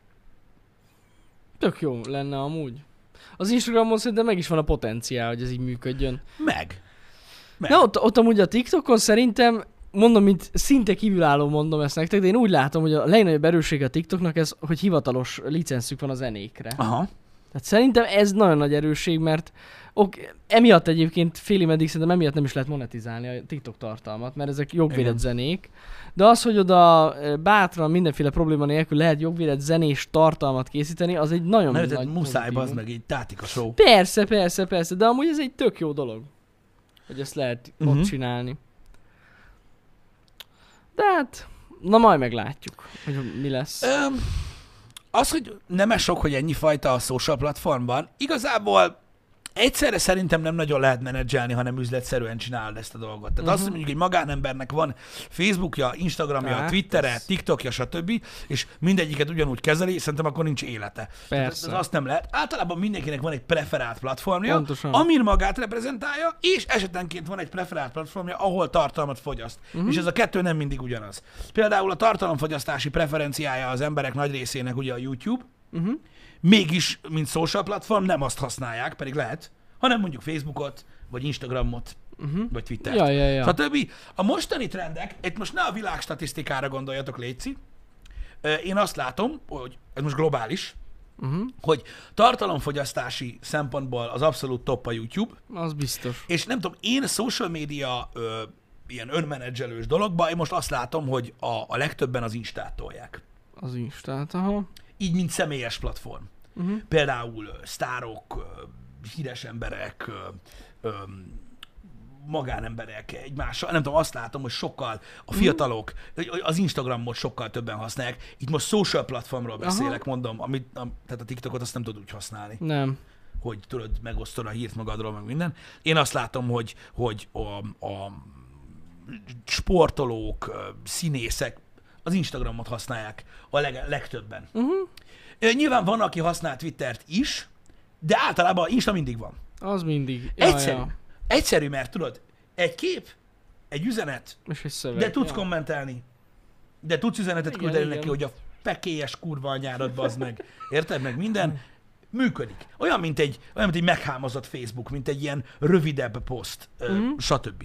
Tök jó lenne amúgy. Az Instagramon szerintem meg is van a potenciál, hogy ez így működjön. Meg. Meg. Na, ott, ott amúgy a TikTokon szerintem, mondom, mint szinte kívülálló mondom ezt nektek, de én úgy látom, hogy a legnagyobb erőssége a TikToknak ez, hogy hivatalos licenszük van a zenékre. Aha. Tehát szerintem ez nagyon nagy erősség, mert ok, emiatt egyébként félig meddig szerintem emiatt nem is lehet monetizálni a TikTok tartalmat, mert ezek jogvédett Igen. zenék. De az, hogy oda eh, bátran mindenféle probléma nélkül lehet jogvédett zenés tartalmat készíteni, az egy nagyon Nem, nagy tehát muszáj, pozitívum. bazd meg, így tátik a show. Persze, persze, persze, de amúgy ez egy tök jó dolog, hogy ezt lehet uh-huh. Mhm. ott csinálni. De hát, na majd meglátjuk, hogy mi lesz. Öm, az, hogy nem sok, hogy ennyi fajta a social platformban, igazából egyszerre szerintem nem nagyon lehet menedzselni, hanem üzletszerűen csinálod ezt a dolgot. Tehát uh-huh. azt, hogy mondjuk egy magánembernek van Facebookja, Instagramja, hát, Twittere, ez... TikTokja, stb., és mindegyiket ugyanúgy kezeli, szerintem akkor nincs élete. Persze. Tehát azt nem lehet. Általában mindenkinek van egy preferált platformja, Pontosan. amin magát reprezentálja, és esetenként van egy preferált platformja, ahol tartalmat fogyaszt. Uh-huh. És ez a kettő nem mindig ugyanaz. Például a tartalomfogyasztási preferenciája az emberek nagy részének ugye a YouTube, uh-huh. mégis, mint social platform, nem azt használják, pedig lehet, hanem mondjuk Facebookot, vagy Instagramot, uh-huh. vagy Twittert. Ja, ja, ja. Stb. A mostani trendek, itt most ne a világ statisztikára gondoljatok, létszi. Én azt látom, hogy ez most globális, uh-huh. hogy tartalomfogyasztási szempontból az abszolút top a YouTube. Az biztos. És nem tudom, én social media ö, ilyen önmenedzselős dologban, én most azt látom, hogy a, a legtöbben az Instát tolják. Az Instát, aha. Így, mint személyes platform. Uh-huh. Például ö, sztárok, ö, híres emberek, ö, ö, magánemberek egymással, nem tudom, azt látom, hogy sokkal a fiatalok, uh-huh. az Instagramot sokkal többen használják. Itt most social platformról beszélek, aha. mondom, amit, a, tehát a TikTokot azt nem tudod úgy használni. Nem. Hogy tudod, megosztod a hírt magadról, meg minden. Én azt látom, hogy, hogy a, a sportolók, színészek az Instagramot használják a leg, legtöbben. Uh-huh. Nyilván van, aki használ Twittert is, de általában Insta mindig van. Az mindig. Ja, Egyszerű. Ja. Egyszerű, mert tudod, egy kép, egy üzenet, és egy szöveg, de tudsz ja. kommentelni, de tudsz üzenetet igen, küldeni igen. neki, hogy a pekélyes kurva anyárad, bazd meg. Érted meg? Minden működik. Olyan, mint egy, olyan, mint egy meghámozott Facebook, mint egy ilyen rövidebb poszt, uh-huh. stb.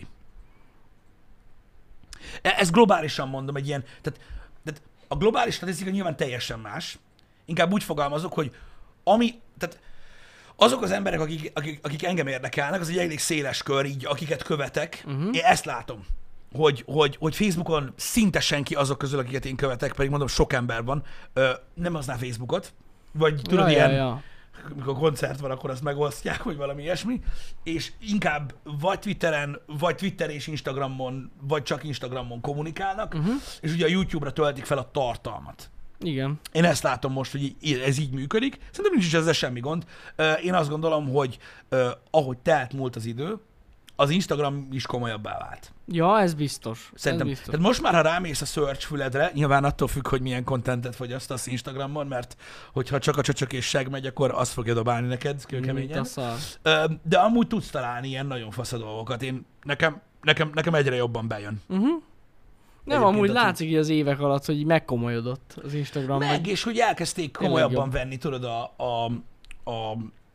Ezt globálisan mondom, egy ilyen, tehát, tehát a globális statisztika nyilván teljesen más. Inkább úgy fogalmazok, hogy ami, tehát azok az emberek, akik, akik, akik engem érdekelnek, az egy elég széles kör, így, akiket követek, uh-huh. én ezt látom, hogy, hogy, hogy Facebookon szinte senki azok közül, akiket én követek, pedig mondom, sok ember van, ö, nem használ Facebookot, vagy tudod, ja, ilyen, ja, ja. amikor koncert van, akkor azt megosztják, vagy valami ilyesmi, és inkább vagy Twitteren, vagy Twitter és Instagramon, vagy csak Instagramon kommunikálnak, uh-huh. és ugye a YouTube-ra töltik fel a tartalmat. Igen. Én ezt látom most, hogy ez így működik. Szerintem nincs is ezzel semmi gond. Én azt gondolom, hogy ahogy telt múlt az idő, az Instagram is komolyabbá vált. Ja, ez biztos. Szerintem. Ez biztos. Tehát most már, ha rámész a search füledre, nyilván attól függ, hogy milyen contentet fogyasztasz Instagramon, mert hogyha csak a csöcsök és seg megy, akkor azt fogja dobálni neked kőkeményen. De amúgy tudsz találni ilyen nagyon fasz a dolgokat. Én, nekem, nekem, nekem egyre jobban bejön. Uh-huh. Nem, amúgy látszik így az évek alatt, hogy megkomolyodott az Instagram. Meg, meg, és hogy elkezdték komolyabban venni, tudod, a, a, a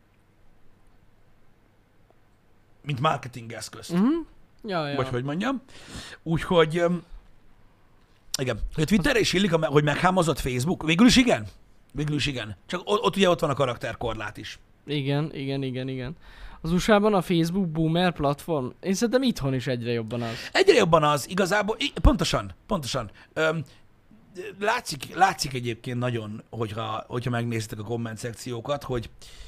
mint marketing eszközt. Uh-huh. Ja, ja. Vagy hogy mondjam. Úgyhogy, um, igen. A Twitterre is illik, hogy meghámozott Facebook. Végül is igen. Végül is igen. Csak ott, ott ugye ott van a karakterkorlát is. Igen, igen, igen, igen. Az u es á-ban a Facebook boomer platform, én szerintem itthon is egyre jobban az. Egyre jobban az, igazából, pontosan, pontosan. Öm, látszik, látszik egyébként nagyon, hogyha, hogyha megnézitek a komment szekciókat, hogy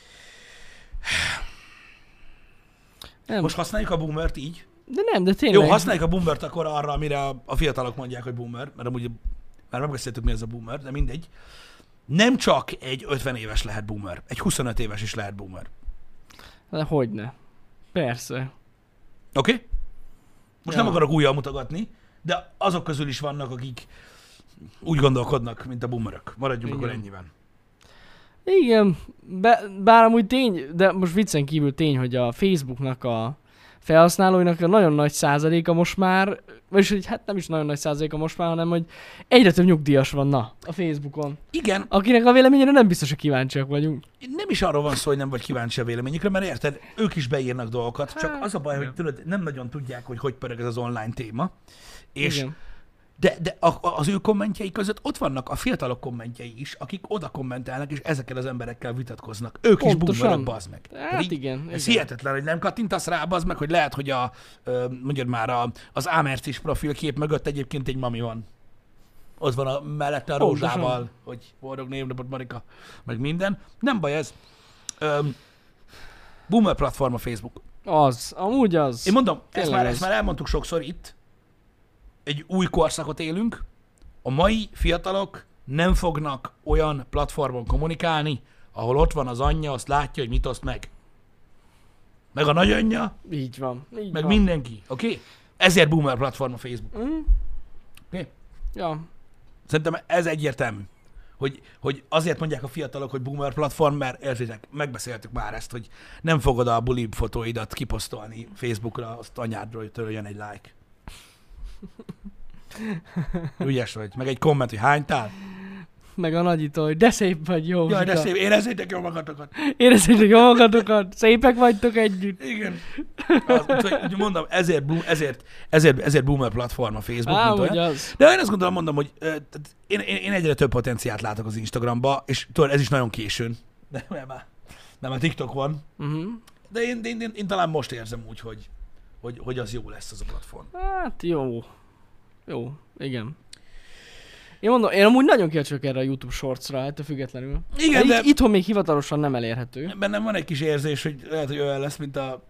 nem. Most használjuk a boomert így? De nem, de tényleg. Jó, használjuk a boomert akkor arra, amire a fiatalok mondják, hogy boomer, mert amúgy már megbeszéltük, mi ez a boomer, de mindegy. Nem csak egy ötven éves lehet boomer, egy huszonöt éves is lehet boomer. De hogyne. Persze. Oké? Okay? Most ja. nem akarok újjal mutogatni, de azok közül is vannak, akik úgy gondolkodnak, mint a boomerök. Maradjunk igen. akkor ennyiben. Igen, be, bár amúgy tény, de most viccen kívül tény, hogy a Facebooknak a felhasználóinak a nagyon nagy százaléka most már, vagyis hogy hát nem is nagyon nagy százaléka most már, hanem hogy egyre több nyugdíjas van, na, a Facebookon. Igen. Akinek a véleményére nem biztos, hogy kíváncsiak vagyunk. Nem is arról van szó, hogy nem vagy kíváncsi a véleményükre, mert érted, ők is beírnak dolgokat, hát, csak az a baj, igen. hogy tudod, nem nagyon tudják, hogy hogy pörög ez az online téma. És igen. De, de a, az ő kommentjei között ott vannak a fiatalok kommentjei is, akik oda kommentelnek, és ezekkel az emberekkel vitatkoznak. Ők pontosan. Is boomerök, bazd meg. Hát így, igen. Ez igen. hihetetlen, hogy nem kattintasz rá, bazd meg, hogy lehet, hogy a, mondjad már, a, az Ámercis profilkép mögött egyébként egy mami van. Ott van a, mellette a rózsával, pontosan. Hogy boldog névnapot, Marika, meg minden. Nem baj ez. Um, boomer platform a Facebook. Az, amúgy az. Én mondom, ezt már, ezt már elmondtuk sokszor itt. Egy új korszakot élünk, a mai fiatalok nem fognak olyan platformon kommunikálni, ahol ott van az anyja, azt látja, hogy mit oszt meg. meg a nagyanyja, Így van. Így meg van. mindenki, oké? Okay? Ezért boomer platform a Facebook. Mm. Oké? Okay? Ja. Szerintem ez egyértelmű, hogy, hogy azért mondják a fiatalok, hogy boomer platform, mert értitek, megbeszéltük már ezt, hogy nem fogod a buli fotóidat kiposztolni Facebookra, azt anyádról, hogy törjön egy like. Ügyes vagy. Meg egy komment, hogy hánytál? Meg a nagyító, hogy de szép vagy, jó. Jaj, de szép, érezzétek jól magatokat. Érezzétek jól magatokat, szépek vagytok együtt. Igen. Az, úgyhogy, úgyhogy mondom, ezért, boom- ezért, ezért, ezért boomer platform a Facebook, Á, mint hogy olyan. az. De én azt gondolom, mondom, hogy ö, tehát én, én, én egyre több potenciált látok az Instagramba, és tudod, ez is nagyon későn. De nem már, nem már TikTok van. Uh-huh. De én, én, én, én talán most érzem úgy, hogy, hogy, hogy az jó lesz az a platform. Hát jó. Jó, igen. Én mondom, én amúgy nagyon kíváncsiak erre a YouTube Shortsra, ettől függetlenül. Igen, de Itt, itthon még hivatalosan nem elérhető. bennem van egy kis érzés, hogy lehet, hogy olyan lesz, mint a...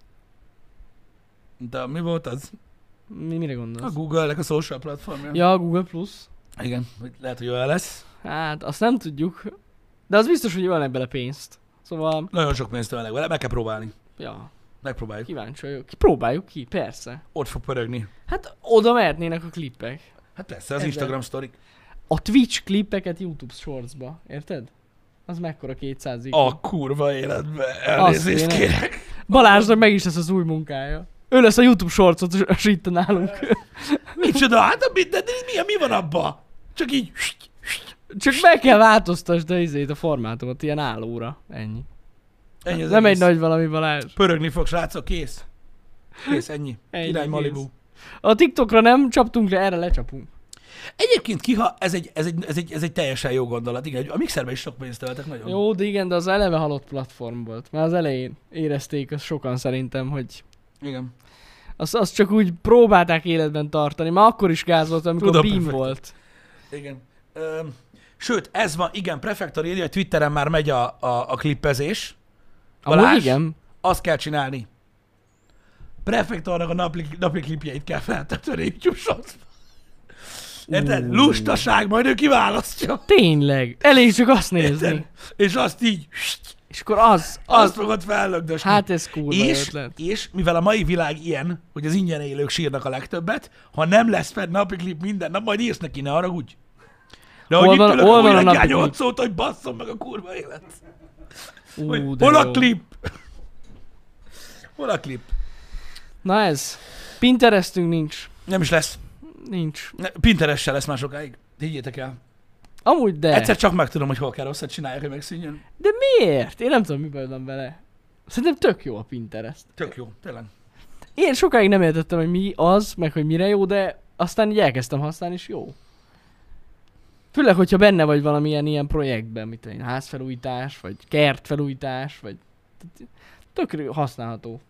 Mint a... Mi volt az? Mi, mire A gondolsz? Google-nek a social platformja. Ja, a Google Plus. Igen, hogy lehet, hogy olyan lesz. Hát, azt nem tudjuk. De az biztos, hogy ölnek bele pénzt. Szóval, Nagyon sok pénzt ölnek vele, meg kell próbálni. ja, Megpróbáljuk. kíváncsi vagyok. Ki próbáljuk ki, persze. Ott fog pörögni. Hát oda mehetnének a klippek. Hát persze, az Ezzel. Instagram sztorik. A Twitch klippeket YouTube Shortsba, érted? Az mekkora kétszáz zé. A kurva életbe. Elnézést kéne. kérek. Balázsnak meg is lesz az új munkája. Ő lesz a YouTube Shortsot itt nálunk. Micsoda, hát a minden, de mi, mi van abba? Csak így... Csak meg kell változtasd a izét, a formátumot, ilyen állóra. Ennyi. Ennyi az Nem egész. egy nagy valami, Balázs. Pörögni fog, srácok, kész. Kész, ennyi. Ennyi, Király kész. Malibu. A TikTokra nem csaptunk le, erre lecsapunk. Egyébként kiha, ez egy, ez, egy, ez, egy, ez egy teljesen jó gondolat. Igen, a mixerben is sok pénzt töltek nagyon. Jó, de igen, de az eleve halott platform volt. Már az elején érezték azt sokan szerintem, hogy Igen. azt, azt csak úgy próbálták életben tartani. Már akkor is gáz volt, amikor Tudom, Beam perfekt. volt. Igen. Ö, sőt, ez van, igen, Prefektor írja, hogy Twitteren már megy a, a, a klippezés. Amúgy Balázs? igen. Azt kell csinálni. Prefektornak a napli, napli klipjeit kell feltölteni YouTube Shortsba. Érted? Ú. Lustaság, majd ő kiválasztja. Tényleg. Elég csak azt nézni. Érted? És azt így, És akkor az, azt az. fogod fellögdösni. Hát ez kurva és, ötlet. és mivel a mai világ ilyen, hogy az ingyen élők sírnak a legtöbbet, ha nem lesz fenn napi klip minden nap, majd írsz neki, ne haragudj. De Hol hogy itt van- ülök, hol van a újra napi kell klip? nyolc szót, hogy basszom meg a kurva élet. Hogy, Ú, de hol a jó. klip? Hol a klip? Na ez. Pinterestünk nincs. Nem is lesz. Nincs. Ne- Pinterest se lesz már sokáig. Higgyétek el. Amúgy de. Egyszer csak megtudom, hogy hol kell rosszat csinálják, hogy megszűnjön. De miért? Én nem tudom, mi baj van vele. Szerintem tök jó a Pinterest. Tök jó, tényleg. Én sokáig nem értettem, hogy mi az, meg hogy mire jó, de aztán így elkezdtem használni, és jó. Főleg, hogyha benne vagy valamilyen ilyen projektben, mint egy házfelújítás, vagy kertfelújítás, vagy tök használható.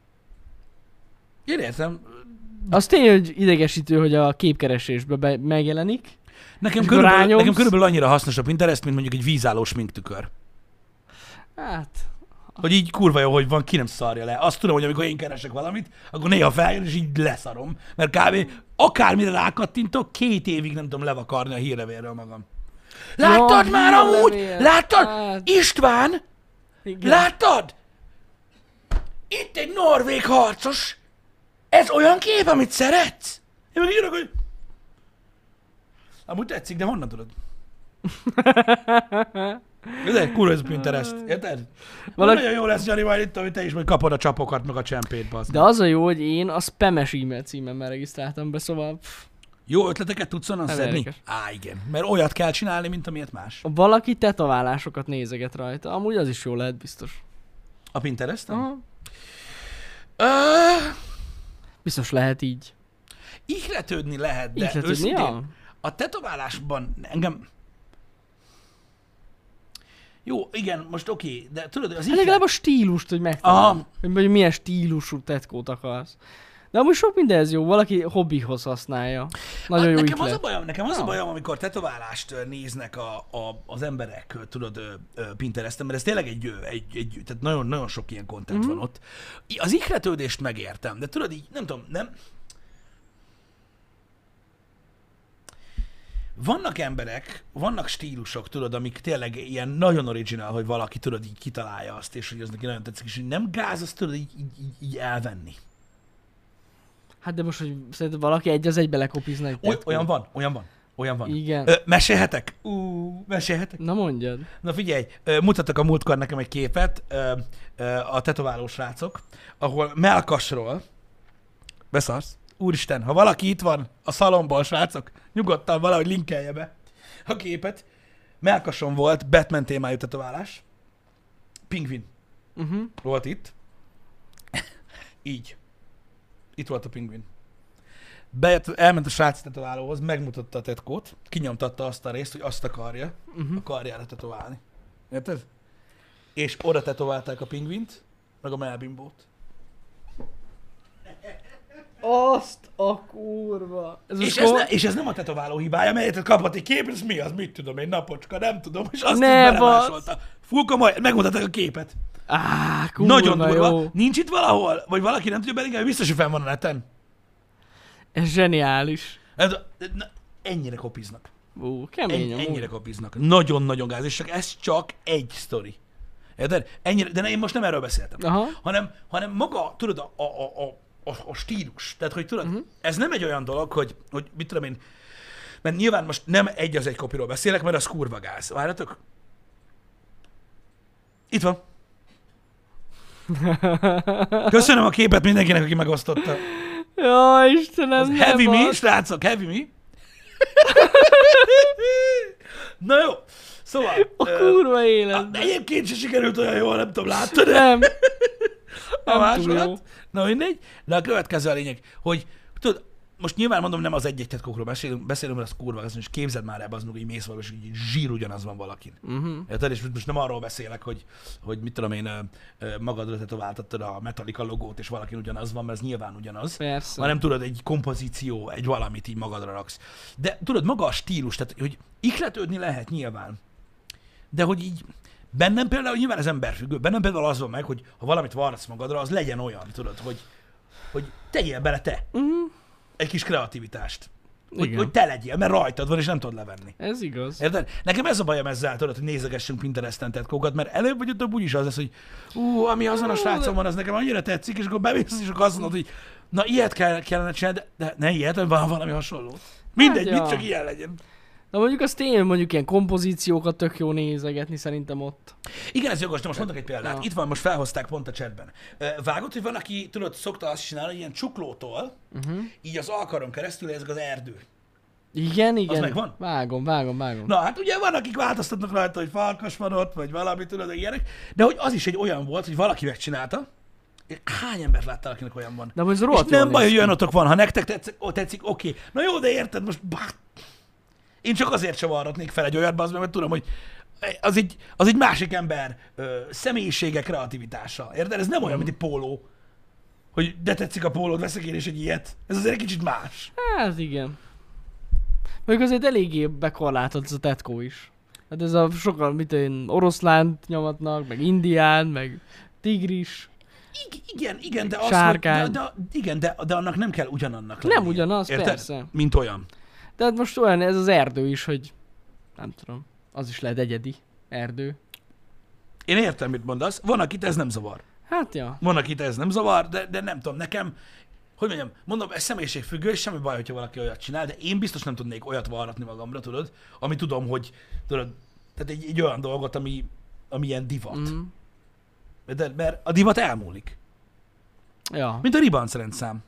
Én értem. Az tény, hogy idegesítő, hogy a képkeresésbe be- megjelenik. Nekem És körülbelül, rányomsz. nekem körülbelül annyira hasznos a Pinterest, mint mondjuk egy vízálló sminktükör. Hát, Hogy így kurva jó, hogy van, ki nem szarja le. Azt tudom, hogy amikor én keresek valamit, akkor néha feljön, és így leszarom. Mert kb. Akármire rákattintok, két évig nem tudom levakarni a hírlevélről magam. Láttad Ja, már amúgy? hírlevél. Láttad? Hát, István? igen. Láttad? Itt egy norvég harcos. Ez olyan kép, amit szeretsz? Én meg írok, hogy... Amúgy tetszik, de honnan tudod? Ez egy kurva ez a Pinterest, érted? Valaki- Valaki... Nagyon jó lesz, Jani, majd itt, hogy te is majd kapod a csapokat, meg a csempét, bazd. De az a jó, hogy én a spames e-mail címemmel regisztráltam be, szóval pff, Jó ötleteket tudsz onnan Nem szedni? érdekes. Á, igen. Mert olyat kell csinálni, mint amilyet más. valaki tetoválásokat nézeget rajta. Amúgy az is jó lehet, biztos. A Pinteresten? Aha. Ö, Biztos lehet így. ihletődni lehet, de Ihletődni, őszintén ja. a tetoválásban engem... Jó, igen, most oké, de tudod, az Hát ihlet... legalább a stílust, hogy megtalálod. Aha. Hogy hogy milyen stílusú tetkót akarsz. De amúgy sok mindenhez jó, valaki hobbihoz használja. Nagyon A- jó nekem az a ihlet. bajom, nekem az a Ja. bajom, amikor tetoválást ö, néznek a, a, az emberek, ö, tudod, ö, ö, Pinteresten, mert ez tényleg egy, ö, egy, egy tehát nagyon, nagyon sok ilyen content Mhm. van ott. I- Az ihletődést megértem, de tudod így, nem tudom, nem... vannak emberek, vannak stílusok, tudod, amik tényleg ilyen nagyon original, hogy valaki, tudod, így kitalálja azt, és hogy az neki nagyon tetszik, és hogy nem gáz azt, tudod, így, így, így, így elvenni. Hát de most, hogy szerinted valaki egy az egybe lekopizna egy Oly, tetkót? olyan van, olyan van, olyan van. Igen. Ö, mesélhetek? Ú, mesélhetek? Na mondjad. Na figyelj, ö, mutattak a múltkor nekem egy képet, ö, ö, a tetováló srácok, ahol mellkasról, beszarsz, úristen, ha valaki itt van a szalomban, srácok, nyugodtan valahogy linkelje be a képet. Mellkason volt Batman témájú tetoválás. Pingvin Uh-huh. volt itt. Így. Itt volt a pingvin. Bejött, elment a srác tetoválóhoz, megmutatta a tetkót, kinyomtatta azt a részt, hogy azt akarja Uh-huh. a karjára tetoválni. Érted? És oda tetoválták a pingvint, meg a melbimbót. Azt a kurva. Ez És a ez, skor... ne, és ez nem a tetováló hibája, mert érted, kapott egy képet, ez mi az, mit tudom én, napocska, nem tudom, és azt Ne így belemásolta. Full komoly, megmutatták a képet. Á, kurva Nagyon durva. jó. Nincs itt valahol? Vagy valaki nem tudja belinkelni, biztos, hogy fenn van a neten. Ez zseniális. Ez, na, ennyire kopiznak. Ú, kemény Ennyi, amúgy. ennyire kopiznak. Nagyon-nagyon gáz, és csak ez csak egy sztori. Érted? Ennyire, de ne, én most nem erről beszéltem. Aha. Hanem, hanem maga, tudod, a, a, a, a, a, a stílus. Tehát, hogy tudod, Mhm. uh-huh. ez nem egy olyan dolog, hogy, hogy mit tudom én, mert nyilván most nem egy az egy kopiról beszélek, mert az kurva gáz. Várjatok? Itt van. Köszönöm a képet mindenkinek, aki megosztotta. Jaj, Istenem, Az ne heavy mi, basz. srácok, heavy mi. Na jó, szóval... A ö, kurva élet. egyébként se sikerült olyan jól, nem tudom, láttad? Nem. A Nem túl jó. másolat. Na mindegy. De a következő a lényeg, hogy tudod, most nyilván mondom, nem az egy-egy tetkókról beszélünk, beszélünk, mert az kurva, az, és képzeld már ebbe az meg, hogy mész valami, és így zsír ugyanaz van valakin. Uh-huh. Érted? És most nem arról beszélek, hogy, hogy mit tudom én, ö, ö, magadra tetováltattad a Metallica logót, és valakin ugyanaz van, mert ez nyilván ugyanaz. Persze. Hanem tudod, egy kompozíció, egy valamit így magadra raksz. De tudod, maga a stílus, tehát hogy ihletődni lehet nyilván. De hogy így bennem például, nyilván ez emberfüggő, bennem például az van meg, hogy ha valamit varratsz magadra, az legyen olyan, tudod, hogy, hogy tegyél bele te Uh-huh. egy kis kreativitást. Hogy, Igen. hogy te legyél, mert rajtad van, és nem tudod levenni. Ez igaz. Érted? Nekem ez a bajom ezzel, tudod, hogy nézegessünk Pinteresten tetkókat, mert előbb vagy utóbb úgyis az lesz, hogy ú, ami azon a srácon van, az nekem annyira tetszik, és akkor bemész, és akkor azt mondod, hogy na ilyet kell, kellene csinálni, de, de ne ilyet, hanem van valami hasonló. Mindegy, Hát, ja. mit csak ilyen legyen. Na mondjuk az tényleg mondjuk ilyen kompozíciókat tök jó nézegetni szerintem ott. Igen, ez jogos, de most mondok egy példát. Ja. Itt van, most felhozták pont a chatben. Ö, Vágod, hogy van, aki, tudod, szokta azt csinálni, hogy ilyen csuklótól, Uh-huh. így az alkaron keresztül ezek az erdő. Igen, igen. megvan? Vágom, vágom, vágom. Na, hát ugye van, akik változtatnak rajta, hogy farkas van ott, vagy valami, tudod, hogy ilyenek, de hogy az is egy olyan volt, hogy valaki megcsinálta. Hány embert láttál, akinek olyan van? De most És rohadt nem jól baj, néz hogy ki. olyanotok van, ha nektek tetszik, ó, tetszik, oké. Na jó, de érted, most bah, én csak azért sem varratnék fel egy olyat, az meg, mert tudom, hogy az egy, az egy másik ember ö, személyisége, kreativitása. Érted? Ez nem olyan, mint egy póló. Hogy de tetszik a pólód, veszek én is egy ilyet. Ez azért egy kicsit más. Hát igen. Mondjuk azért eléggé bekorlátott ez a tetkó is. Hát ez a sokan, mit én, oroszlánt nyomatnak, meg indián, meg tigris. I- igen, igen, de, az, Sárkány. hogy, de, de, igen, de, de annak nem kell ugyanannak lennie. Nem ugyanaz, Érted? persze. Mint olyan. De hát most olyan ez az erdő is, hogy nem tudom, az is lehet egyedi erdő. Én értem, mit mondasz. Van, akit ez nem zavar. Hát ja. Van, akit ez nem zavar, de, de nem tudom, nekem, hogy mondjam, mondom, ez személyiségfüggő, és semmi baj, hogyha valaki olyat csinál, de én biztos nem tudnék olyat varratni magamra, tudod, ami tudom, hogy, tudod, tehát egy, egy olyan dolgot, ami, ami ilyen divat. Mm. De, mert a divat elmúlik. Ja. Mint a ribanc rendszám.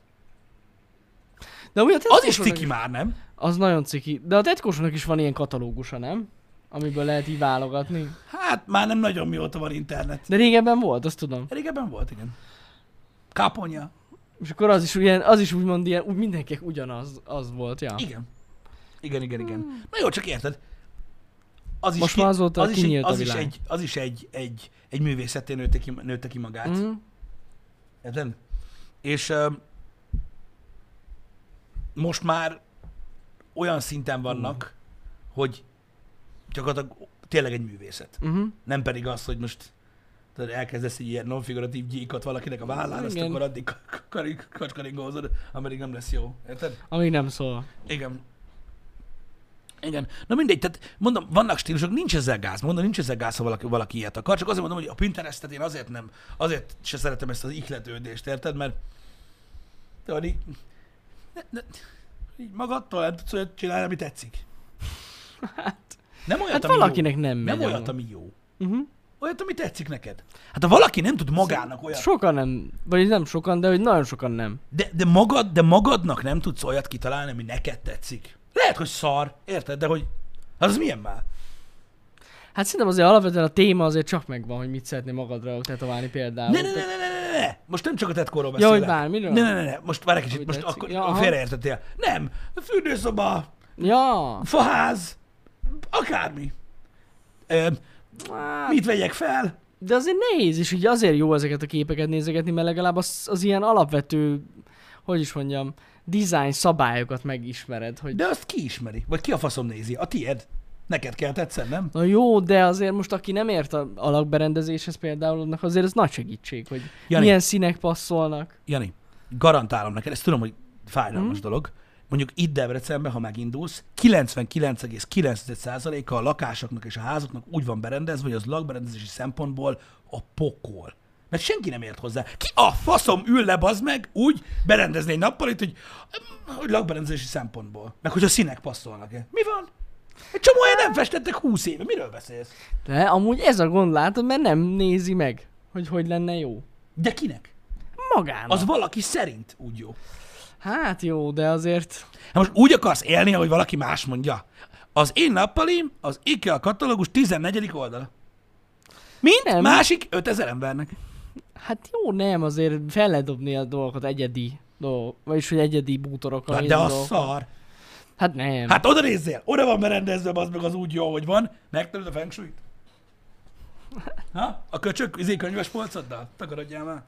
De ugye a Az is tetkósoknak ciki már, nem? Az nagyon ciki. De a tetkósnak is van ilyen katalógusa, nem? Amiből lehet így válogatni. Hát már nem nagyon mióta van internet. De régebben volt, azt tudom. Régebben volt, igen. Káponya. És akkor az is, ilyen, az is úgymond ilyen, úgy mindenkinek ugyanaz az volt, ja. Igen. Igen, igen, igen. Na jó, csak érted. Az Most ki- már azóta az is, egy, kinyílt a az is világ. egy, az is egy, egy, egy művészetén nőtte ki, nőtte ki magát. Mm. Érted? És uh, most már olyan szinten vannak, hogy gyakorlatilag tényleg egy művészet. Uh-huh. Nem pedig az, hogy most tudod, elkezdesz egy ilyen non-figuratív gyíkot valakinek a vállán, azt Igen. akkor addig karik- kacskaringózod, ameddig nem lesz jó. Érted? Amíg nem szól. Igen. Igen. Na mindegy, tehát mondom, vannak stílusok, nincs ezzel gáz. Mondom, nincs ezzel gáz, ha valaki, valaki ilyet akar. Csak azért mondom, hogy a Pinterestet én azért nem, azért se szeretem ezt az ihletődést, érted? Mert tudod, így, ne, ne, így magadtól nem tudsz olyat csinálni, ami tetszik. Hát, Nem olyat, hát ami valakinek jó. nem megy. Nem olyat, amúgy. ami jó. Uh-huh. Olyat, ami tetszik neked. Hát ha valaki nem tud magának olyat... Sokan nem, vagy nem sokan, de hogy nagyon sokan nem. De, de, magad, de magadnak nem tudsz olyat kitalálni, ami neked tetszik. Lehet, hogy szar, érted? De hogy... Hát az milyen már? Hát szerintem azért alapvetően a téma azért csak megvan, hogy mit szeretné magadra tetoválni például. Ne, ne, ne, ne, ne, ne, ne. Most nem csak a tetkóról Ja, beszélek. hogy bármiről? Ne, ne, ne, ne. Most várj egy kicsit, Hogy most tetszik. akkor Ja, aha. félreértettél. Nem. Fürdőszoba, Ja. faház, akármi. Ö, Hát, mit vegyek fel? de azért nehéz is, ugye azért jó ezeket a képeket nézegetni, mert legalább az, az ilyen alapvető, hogy is mondjam, design szabályokat megismered, hogy... De azt ki ismeri? Vagy ki a faszom nézi? A tied? Neked kell tetszeni, nem? Na jó, de azért most aki nem ért a alakberendezéshez például, annak azért ez nagy segítség, hogy Jani. milyen színek passzolnak. Jani, garantálom neked, ezt tudom, hogy fájdalmas Mhm. dolog. Mondjuk itt Debrecenben, ha megindulsz, kilencvenkilenc egész kilenc százaléka a lakásoknak és a házaknak úgy van berendezve, hogy az lakberendezési szempontból a pokol. Mert senki nem ért hozzá. Ki a faszom ül le, bazd meg, úgy berendezni egy nappalit, hogy, hogy lakberendezési szempontból. Meg hogy a színek passzolnak-e. Mi van? Egy csomó olyan nem festettek húsz éve. Miről beszélsz? De amúgy ez a gond, látod, mert nem nézi meg, hogy hogy lenne jó. De kinek? Magának. Az valaki szerint úgy jó. Hát jó, de azért... Hát most úgy akarsz élni, ahogy valaki más mondja. Az én nappalim, az IKEA katalógus tizennegyedik oldala. Mint Nem. másik ötezer embernek. Hát jó, nem, azért fel lehet dobni a dolgokat egyedi dolgok, vagyis hogy egyedi bútorokkal. Hát de egyedi az dolgokkal. szar. Hát nem. Hát oda nézzél, oda van berendezve, az meg az úgy jó, hogy van. Megtanulod a feng shui-t? Ha? A köcsök izé könyves polcoddal? Takarodjál már.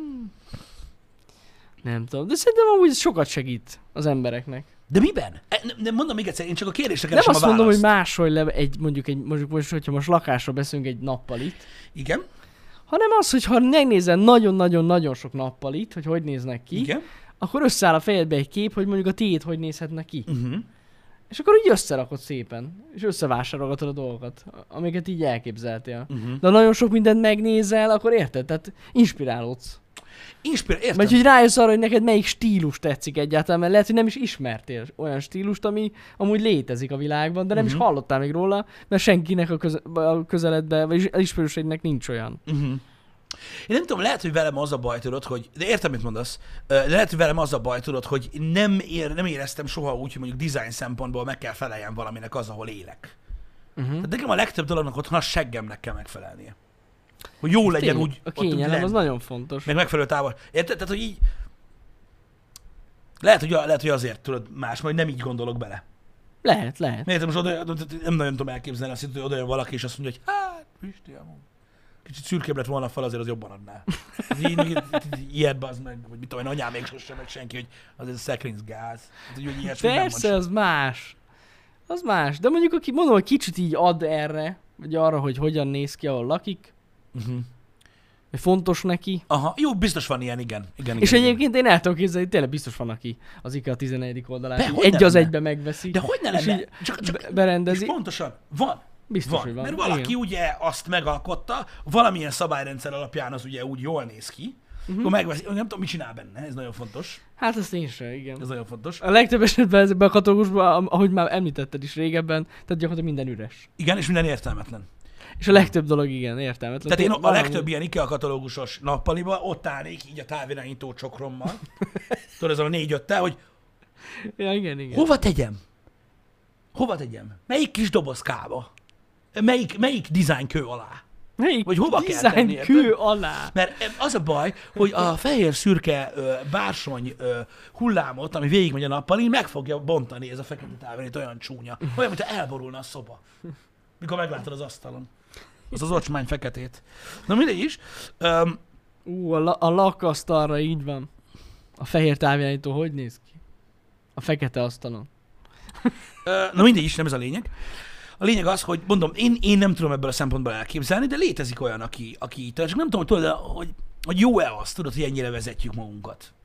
Nem tudom, de szerintem amúgy sokat segít az embereknek. De miben? E, nem, nem mondom még egyszer, én csak a kérdésre Nem keresem azt a mondom, hogy választ. máshol le egy, mondjuk, egy, mondjuk most, hogyha most lakásról beszélünk egy nappalit, Igen? hanem az, hogy ha megnézel nagyon-nagyon-nagyon sok nappalit, hogy hogy néznek ki, Igen? akkor összeáll a fejedbe egy kép, hogy mondjuk a tiéd hogy nézhetne ki. Uh-huh. És akkor úgy összerakod szépen, és összevásárolgatod a dolgokat, amiket így elképzeltél. Uh-huh. De ha nagyon sok mindent megnézel, akkor érted? Tehát inspirálódsz. Inspirál, értem. Vagy hogy rájössz arra, hogy neked melyik stílus tetszik egyáltalán, mert lehet, hogy nem is ismertél olyan stílust, ami amúgy létezik a világban, de nem Mhm. is hallottál még róla, mert senkinek a, köze- a közeledbe, vagy az ismerőseidnek nincs olyan. Uh-huh. Én nem tudom, lehet, hogy velem az a baj, tudod, hogy, de értem, mit mondasz, Ö, de lehet, hogy velem az a baj, tudod, hogy nem, ér, nem éreztem soha úgy, hogy mondjuk design szempontból meg kell feleljen valaminek az, ahol élek. Uh-huh. Tehát nekem a legtöbb dolognak otthon a seggemnek kell megfelelnie. Hogy jó legyen Tény, úgy, a ott úgy kényelem lenni. az nagyon fontos. Meg megfelelő távol. Érted? Tehát, hogy így... Lehet, hogy, lehet, hogy azért tudod más, majd nem így gondolok bele. Lehet, lehet. Miért most oda, nem nagyon tudom elképzelni azt, hogy oda jön valaki, és azt mondja, hogy hát, Pisti, amúgy. Kicsit szürkébb lett volna a fal, azért az jobban adná. Így, így, így, ilyet bazd meg, vagy mit tudom én, anyám még sosem meg senki, hogy azért a szekrény gáz. Hát, hogy, hogy ilyesmit nem Persze, mond az más. Az más. De mondjuk, aki mondom, hogy kicsit így ad erre, vagy arra, hogy hogyan néz ki, ahol lakik, uh-huh. hogy fontos neki. Aha, jó, biztos van ilyen, igen. igen És igen, egyébként én el tudom képzelni, tényleg biztos van, aki az IKEA tizenegyedik oldalát Be, így hogy egy ne az lenne? egybe megveszi. De hogy ne és lenne? így Csak, csak, be- berendezi. És pontosan, van. Biztos, Van. hogy van. Mert valaki Igen. ugye azt megalkotta, valamilyen szabályrendszer alapján az ugye úgy jól néz ki, uh-huh. akkor megveszi, nem tudom, mit csinál benne, ez nagyon fontos. Hát ezt én sem, igen. Ez nagyon fontos. A legtöbb esetben ezekben a katalógusban, ahogy már említetted is régebben, tehát gyakorlatilag minden üres. Igen, és minden értelmetlen. És a legtöbb dolog igen, értelmetlen. Tehát én a Valami- legtöbb ilyen IKEA katalógusos nappaliba ott állnék így a távirányító csokrommal. Tudod, ez a négy-öttel, hogy Ja, igen, igen. hova tegyem? Hova tegyem? Melyik kis dobozkába? Melyik, melyik design kő alá? Melyik Vagy hova kell design tenni, érted? kő alá? Mert az a baj, hogy a fehér-szürke ö, bársony ö, hullámot, ami végigmegy a nappalin, meg fogja bontani ez a fekete távirányító, olyan csúnya. Olyan, mintha elborulna a szoba. Mikor meglátod az asztalon. Az az ocsmány feketét. Na mindegy is. Öm, Ú, a, la- a lakasztalra így van. A fehér távirányító hogy néz ki? A fekete asztalon. Ö, Na mindegy is, nem ez a lényeg. A lényeg az, hogy mondom, én, én nem tudom ebből a szempontból elképzelni, de létezik olyan, aki, aki így, csak nem tudom, tudod, hogy, hogy jó-e az, tudod, hogy ennyire vezetjük magunkat.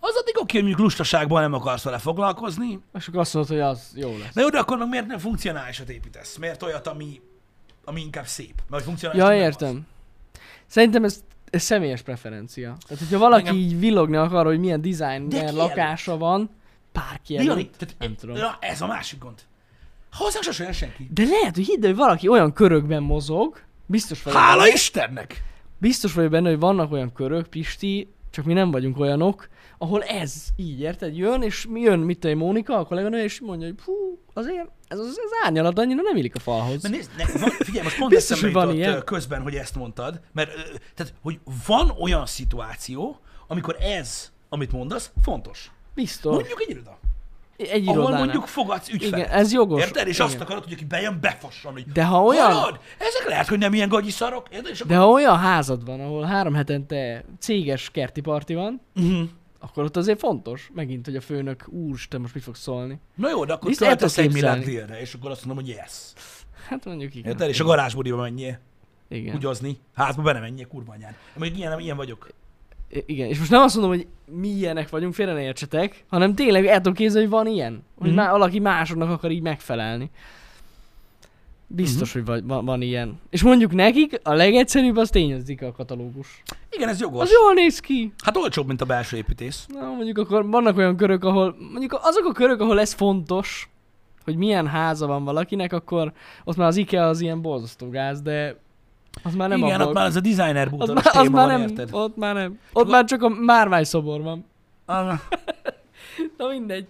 az addig oké, hogy mondjuk lustaságban nem akarsz vele foglalkozni. És akkor azt mondod, hogy az jó lesz. Na jó, de akkor meg miért nem funkcionálisat építesz? Miért olyat, ami, ami inkább szép? Mert funkcionális Ja, nem értem. az. Szerintem ez, ez személyes preferencia. Tehát, hogyha valaki Engem- így villogni akar, hogy milyen design, De milyen ki lakása van, bárki Jani, előtt, tehát, nem tudom. Na, ez a másik gond. Hozzánk sosem jön senki. De lehet, hogy hidd el, hogy valaki olyan körökben mozog, biztos vagyok Hála benne, Istennek! biztos vagyok benne, hogy vannak olyan körök, Pisti, csak mi nem vagyunk olyanok, ahol ez így, érted? Jön, és mi jön, mit tudom, Mónika, a kolléganő, és mondja, hogy hú, azért ez az, az árnyalat annyira nem illik a falhoz. Mert nézd, ne, van, figyelj, most pont Biztos, eszembe hogy van jutott ilyen. ö, közben, hogy ezt mondtad, mert ö, tehát, hogy van olyan szituáció, amikor ez, amit mondasz, fontos. Biztos. Mondjuk egy iroda, Egy ahol irodánál. mondjuk fogadsz ügyfelet. Igen, ez jogos. Érted? És Igen. azt akarod, hogy aki bejön, befosson, hogy De ha olyan- hallod? Ezek lehet, hogy nem ilyen gagyi szarok. Érted? És De ha olyan házad van, ahol három hetente céges kerti parti van, Uh-huh. akkor ott azért fontos, megint, hogy a főnök, úristen, most mit fog szólni. Na jó, de akkor Viszont el töltesz tudok egy milliárd képzelni. délre, és akkor azt mondom, hogy yes. Hát mondjuk igen. Érted? És a garázsbudiba menjél, Igen. ugyozni, házba be ne menjél, kurva anyád. Mondjuk ilyen, ilyen vagyok. I- Igen, és most nem azt mondom, hogy mi ilyenek vagyunk, félre ne értsetek, hanem tényleg el tudom képzelni, hogy van ilyen. Hogy Mhm. má- valaki másodnak akar így megfelelni. Biztos, hogy van, van, van ilyen. És mondjuk nekik a legegyszerűbb az tényezzik a katalógus. Igen, ez jogos. Az jól néz ki. Hát olcsóbb, mint a belső építész. Na, mondjuk akkor vannak olyan körök, ahol, mondjuk azok a körök, ahol ez fontos, hogy milyen háza van valakinek, akkor ott már az IKEA az ilyen borzasztó gáz, de az már nem Igen, abból. ott már ez a designer az, bútoros már, az téma már van, nem, érted? ott már nem. Ott már csak a márvány szobor van. Ah, Na mindegy.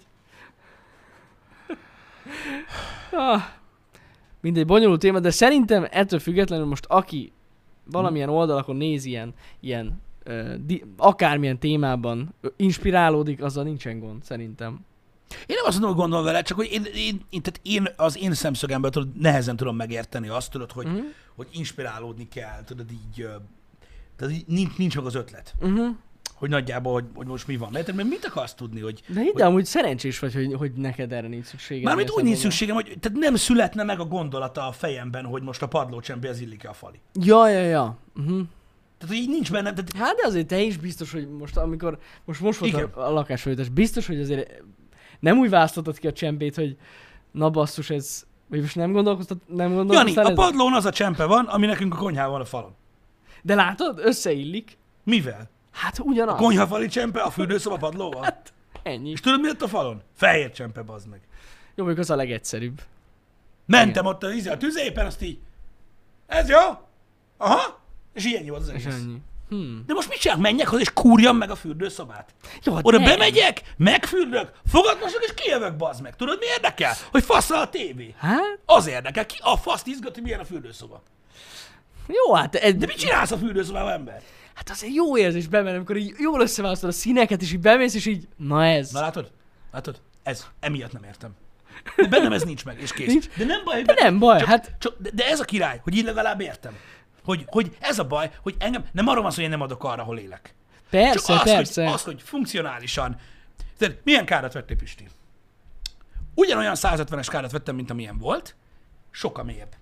Ah, mindegy, bonyolult téma, de szerintem ettől függetlenül most aki valamilyen oldalakon néz ilyen, ilyen ö, di, akármilyen témában ö, inspirálódik, azzal nincsen gond, szerintem. Én nem azt mondom, hogy gondol vele, csak hogy én, én, én, tehát én az én szemszögemből tudod, nehezen tudom megérteni azt, tudod, hogy, Mhm. hogy inspirálódni kell, tudod, így, ö, tehát így nincs, nincs meg az ötlet, Uh-huh. hogy nagyjából, hogy, hogy most mi van. Mert, mert mit akarsz tudni, hogy De hidd el, amúgy szerencsés vagy, hogy, hogy neked erre nincs szükséged. mármint ilyen úgy nincs szempontból. szükségem, hogy tehát nem születne meg a gondolata a fejemben, hogy most a padlócsempéhez illik-e a fali. Ja, ja, ja. Uh-huh. Tehát így nincs benne, tehát Hát de azért te is biztos, hogy most amikor, most most volt Igen. a, a lakásfőzetés, biztos, hogy azért nem úgy választottad ki a csempét, hogy na basszus, ez, vagy most nem gondolkoztat, nem Jani, gondolkoztál a ezen? padlón az a csempe van, ami nekünk a konyhában van a falon. De látod, összeillik. Mivel? Hát ugyanaz. A konyhafali csempe a fürdőszoba padlóval? Hát, ennyi. És tudod, mi ott a falon? Fehér csempe, bazd meg. Jó, mondjuk az a legegyszerűbb. Mentem ott a, a tüzépen, azt így, ez jó? Aha. És így ennyi volt az És egész. ennyi. Hmm. De most mit csinálok? Menjek hozzá, és kúrjam meg a fürdőszobát? Jó, hát Oda nem. bemegyek, megfürdök, fogadmosok, és kijövök, bazd meg. Tudod, mi érdekel? Hogy faszal a tévé. Hát, Az érdekel. Ki a faszt izgat, hogy milyen a fürdőszoba. jó, hát, ez, De mit csinálsz a fürdőszobában, ember? hát azért jó érzés bemenni, amikor így jól összeválasztod a színeket, és így bemész, és így, na ez. Na látod? Látod? Ez. Emiatt nem értem. De bennem ez nincs meg, és kész. Nincs. De nem baj, hogy De nem baj, csak, hát- Csak, de, de ez a király, hogy így legalább értem. Hogy, hogy ez a baj, hogy engem nem arról van szó, hogy én nem adok arra, ahol élek. Persze, Csak az, persze. Hogy, az, hogy funkcionálisan. Tehát milyen kárat vettél, Pisti? Ugyanolyan százötvenes kárat vettem, mint amilyen volt, sokkal mélyebb.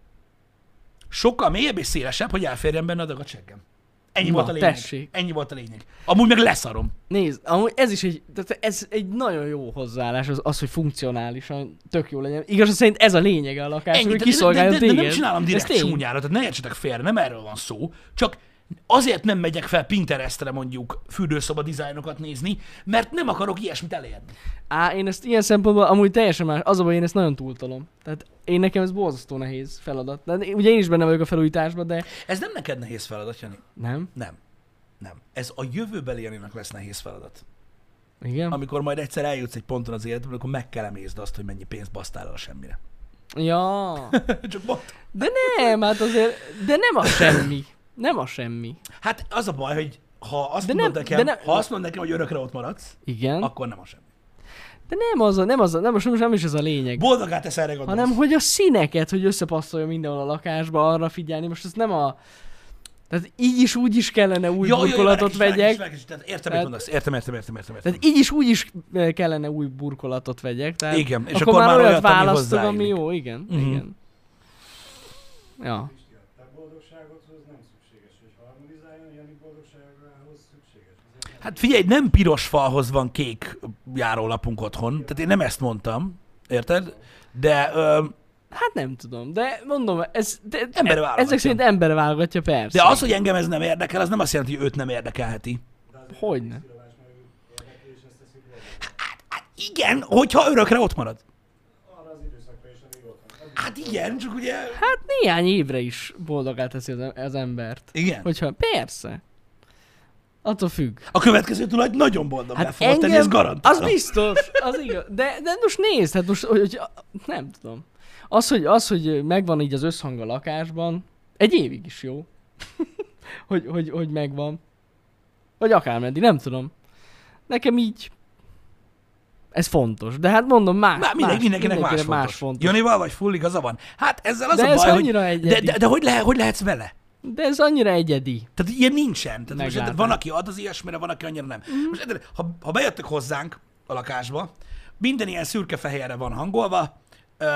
Sokkal mélyebb és szélesebb, hogy elférjen benne a dagat seggem. Ennyi Na, volt a lényeg. tessék. Ennyi volt a lényeg. Amúgy meg leszarom. Nézd, amúgy ez is egy, tehát ez egy nagyon jó hozzáállás, az, az hogy funkcionálisan tök jó legyen. Igaz, szerint ez a lényege a lakás, Ennyi, hogy de, de, kiszolgáljon de, de, téged. de nem csinálom Ez direkt tény. csúnyára, tehát ne értsetek félre, nem erről van szó. Csak azért nem megyek fel Pinterestre mondjuk fürdőszoba dizájnokat nézni, mert nem akarok ilyesmit elérni. Á, én ezt ilyen szempontból amúgy teljesen más, az a baj, én ezt nagyon túltolom. Tehát én nekem ez borzasztó nehéz feladat. De ugye én is benne vagyok a felújításban, de Ez nem neked nehéz feladat, Jani. nem. Nem. Nem. Ez a jövőbeli Janinak lesz nehéz feladat. Igen. Amikor majd egyszer eljutsz egy ponton az életben, akkor meg kell emészd azt, hogy mennyi pénzt basztál el a semmire. Ja. Csak mond. De nem, hát azért, de nem a semmi. Nem a semmi. Hát az a baj, hogy ha azt De mondod nem- nekem, de nem- ha azt mondod nekem, hogy örökre ott maradsz, Igen. akkor nem a semmi. De nem az a, nem az a, nem, most nem is ez a lényeg. Boldogát tesz erre gondolsz. Hanem, hogy a színeket, hogy összepasszolja mindenhol a lakásba, arra figyelni. Most ez nem a... Tehát így is úgy is kellene új Ja, ja, ja, burkolatot várj kicsit, vegyek. várj kicsit, várj kicsit. Értem, mit Tehát- mondasz. Értem, értem, értem, értem. értem. Tehát így is úgy is eh, kellene új burkolatot vegyek. Tehát Igen, és akkor, akkor már már olyat olyat, ami választok, ami hozzáillik. jó, igen. Mhm. Igen. Ja. A boldogságodhoz nem szükséges, hogy valami harmonizáljon, Jani boldogságához szükséges. Ezért Hát figyelj, nem piros falhoz van kék járólapunk otthon, tehát én nem ezt mondtam, érted? De ö, Hát nem tudom, de mondom, ez, de, Ember válogatja. ezek szerint ember válogatja, persze. de az, hogy engem ez nem érdekel, az nem azt jelenti, hogy őt nem érdekelheti. de azért Hogyne. a kiszivárvás meg érdekli, és ezt teszik boldog. Hát igen, hogyha örökre ott marad. Arra az időszakra is, amíg ott van. Addig Hát igen, csak ugye... Hát néhány évre is boldogát teszi az, az embert. Igen. Hogyha, persze. Attól függ. A következő tulajdon nagyon boldog Hát fogod tenni, ez garantálom. az biztos, az igaz. De, de most nézd, hát most, hogy, hogy nem tudom. Az hogy, az, hogy megvan így az összhang a lakásban, egy évig is jó. hogy, hogy, hogy megvan. Vagy akármeddig, nem tudom. Nekem így ez fontos. De hát mondom, más, Már mindegy, más, mindenkinek más mindenkinek fontos. más fontos. Janival vagy full igaza van? Hát ezzel az De a ez baj, hogy... annyira De, egyedi. de, de hogy, lehet, hogy lehetsz vele? De ez annyira egyedi. Tehát ilyen nincsen. Tehát most, Meglátás. érted, van, aki ad az ilyesmire, van, aki annyira nem. Mm. Most érted, ha, ha bejöttek hozzánk a lakásba, minden ilyen szürke-fehérre van hangolva, ö,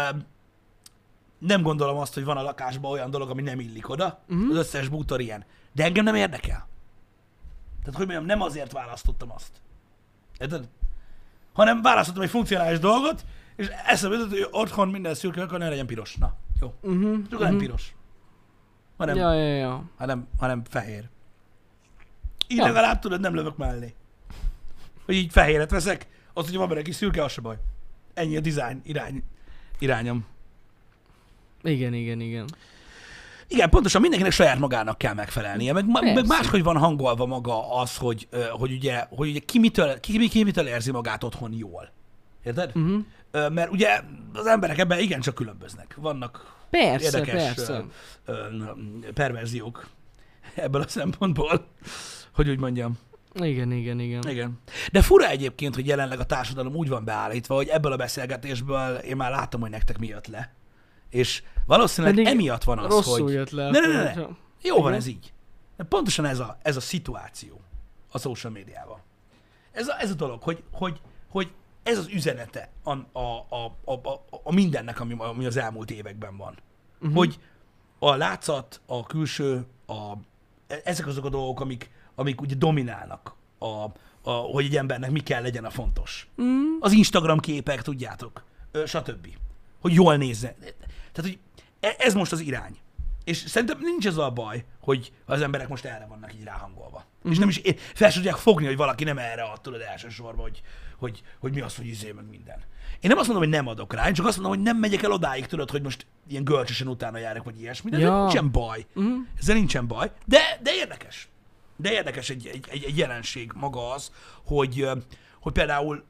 nem gondolom azt, hogy van a lakásban olyan dolog, ami nem illik oda, mm. az összes bútor ilyen. De engem nem érdekel. Tehát, hogy mondjam, nem azért választottam azt. Érted? Hanem választottam egy funkcionális dolgot, és eszembe jutott, hogy otthon minden szürke, akkor ne legyen piros. Na, jó. Uh-huh, Csak uh-huh. nem piros. Hanem, Ja, ja, ja. hanem, hanem fehér. Így Ja. legalább tudod, nem lövök mellé. Hogy így fehéret veszek, az, hogy van benne kis szürke, az se baj. Ennyi a design irány, irányom. Igen, igen, igen. Igen, pontosan mindenkinek saját magának kell megfelelnie, meg, ma- meg Persze. máshogy van hangolva maga az, hogy, ö, hogy ugye, hogy ugye ki, mitől, ki, ki mitől érzi magát otthon jól. Érted? Uh-huh. Ö, Mert ugye az emberek ebben igencsak különböznek. Vannak Persze, érdekes persze. ö, ö, perverziók ebből a szempontból, hogy úgy mondjam. Igen, igen, igen. Igen. De fura egyébként, hogy jelenleg a társadalom úgy van beállítva, hogy ebből a beszélgetésből én már látom, hogy nektek mi jött le. És valószínűleg Pedig emiatt van az, rosszul hogy... jött le. Ne, ne, ne, ne. hogyha- Jó van Igen. ez így. De pontosan ez a, ez a szituáció a social médiával. Ez a, ez a dolog, hogy, hogy, hogy ez az üzenete a, a, a, a, a, a mindennek, ami, ami az elmúlt években van. Uh-huh. Hogy a látszat, a külső, a, ezek azok a dolgok, amik, amik ugye dominálnak, a, a, hogy egy embernek mi kell legyen a fontos. Mm. Az Instagram képek, tudjátok, ö, stb. Hogy jól nézzen. Tehát, hogy e- ez most az irány. És szerintem nincs ez a baj, hogy az emberek most erre vannak így ráhangolva. Uh-huh. És nem is é- fel sem tudják fogni, hogy valaki nem erre ad, tudod, elsősorban, hogy, hogy, hogy mi az, hogy izé, meg minden. Én nem azt mondom, hogy nem adok rá, én csak azt mondom, hogy nem megyek el odáig, tudod, hogy most ilyen görcsösen utána járok, vagy ilyesmi, de Ja. ezzel nincsen baj. Uh-huh. Ezzel nincsen baj, de, de érdekes. De érdekes egy, egy, egy, egy jelenség maga az, hogy, ö, hogy például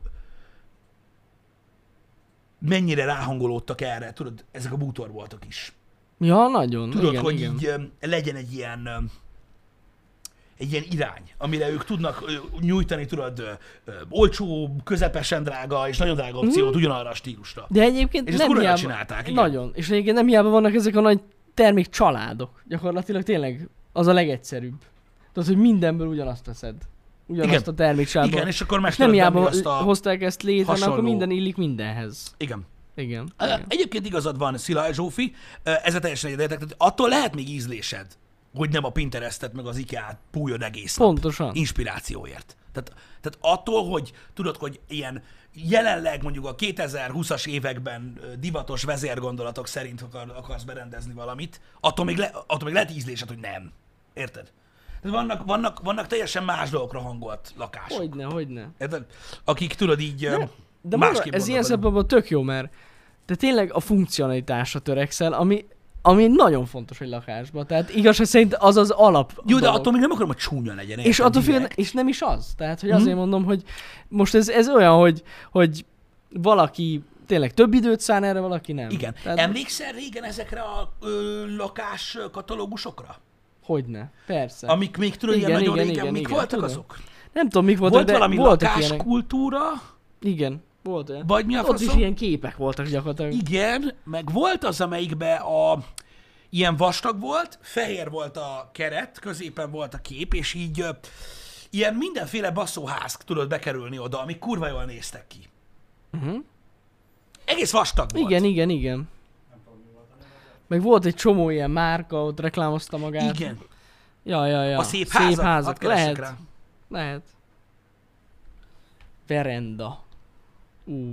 mennyire ráhangolódtak erre, tudod, ezek a bútorboltok is. Ja, nagyon. Tudod, igen, hogy igen. így ö, legyen egy ilyen ö, egy ilyen irány, amire ők tudnak ö, nyújtani, tudod, ö, ö, olcsó, közepesen drága és nagyon drága opciót Mhm. ugyanarra a stílusra. De egyébként És ezt nem kurva jól hiába... csinálták, igen. Nagyon. És egyébként nem hiába vannak ezek a nagy termékcsaládok. Gyakorlatilag tényleg az a legegyszerűbb. Tudod, hogy mindenből ugyanazt veszed. Ugyanazt Igen. a termékcsaládot. Igen, és akkor És meg nem tudod venni hiába azt a... hozták ezt létre, mert akkor hasonló- minden illik mindenhez. Igen. Igen. Ö, igen. Egyébként igazad van, Szilaj Zsófi, ö, ezzel teljesen egyetértek, tehát attól lehet még ízlésed, hogy nem a Pinterestet meg az IKEA-t pújod egész nap Pontosan. inspirációért. Tehát, tehát attól, hogy tudod, hogy ilyen jelenleg mondjuk a kétezer-húszas években ö, divatos vezérgondolatok szerint akar, akarsz berendezni valamit, attól még, le, attól még lehet ízlésed, hogy nem. Érted? Tehát vannak, vannak, vannak teljesen más dolgokra hangolt lakások. Hogyne, hogyne. Érted? Akik tudod így ö, De, de másképp maga, ez ilyen gondolkodnak. szempontból tök jó, mert te tényleg a funkcionalitásra törekszel, ami, ami nagyon fontos egy lakásban. Tehát igazság szerint az az alap Jó, de dolog. attól még nem akarom, hogy csúnya legyen. És érted, attól függ, direkt. és nem is az. Tehát, hogy Mhm. azért mondom, hogy most ez, ez olyan, hogy, hogy valaki tényleg több időt szán erre, valaki nem. Igen. Tehát, Emlékszel régen ezekre a ö, lakás katalógusokra? Hogyne, persze. Amik még tudod, Igen, ilyen nagyon igen, régen, igen, mik igen, voltak tudom. azok? Nem tudom, mik voltak, Volt de valami voltak ilyenek. lakáskultúra, Igen, volt olyan. vagy mi a Ott is faszom? ilyen képek voltak gyakorlatilag. Igen, meg volt az, amelyikben a ilyen vastag volt, fehér volt a keret, középen volt a kép, és így ö, ilyen mindenféle basszóház tudod bekerülni oda, amik kurva jól néztek ki. Uh-huh. Egész vastag volt. Igen, igen, igen. Nem tudom, mi volt a neve, de Meg volt egy csomó ilyen márka, ott reklámozta magát. Igen. Ja, ja, ja. A szép házak? Szép házak. Hadd keressek Lehet. rá. Lehet. Verenda. Ú.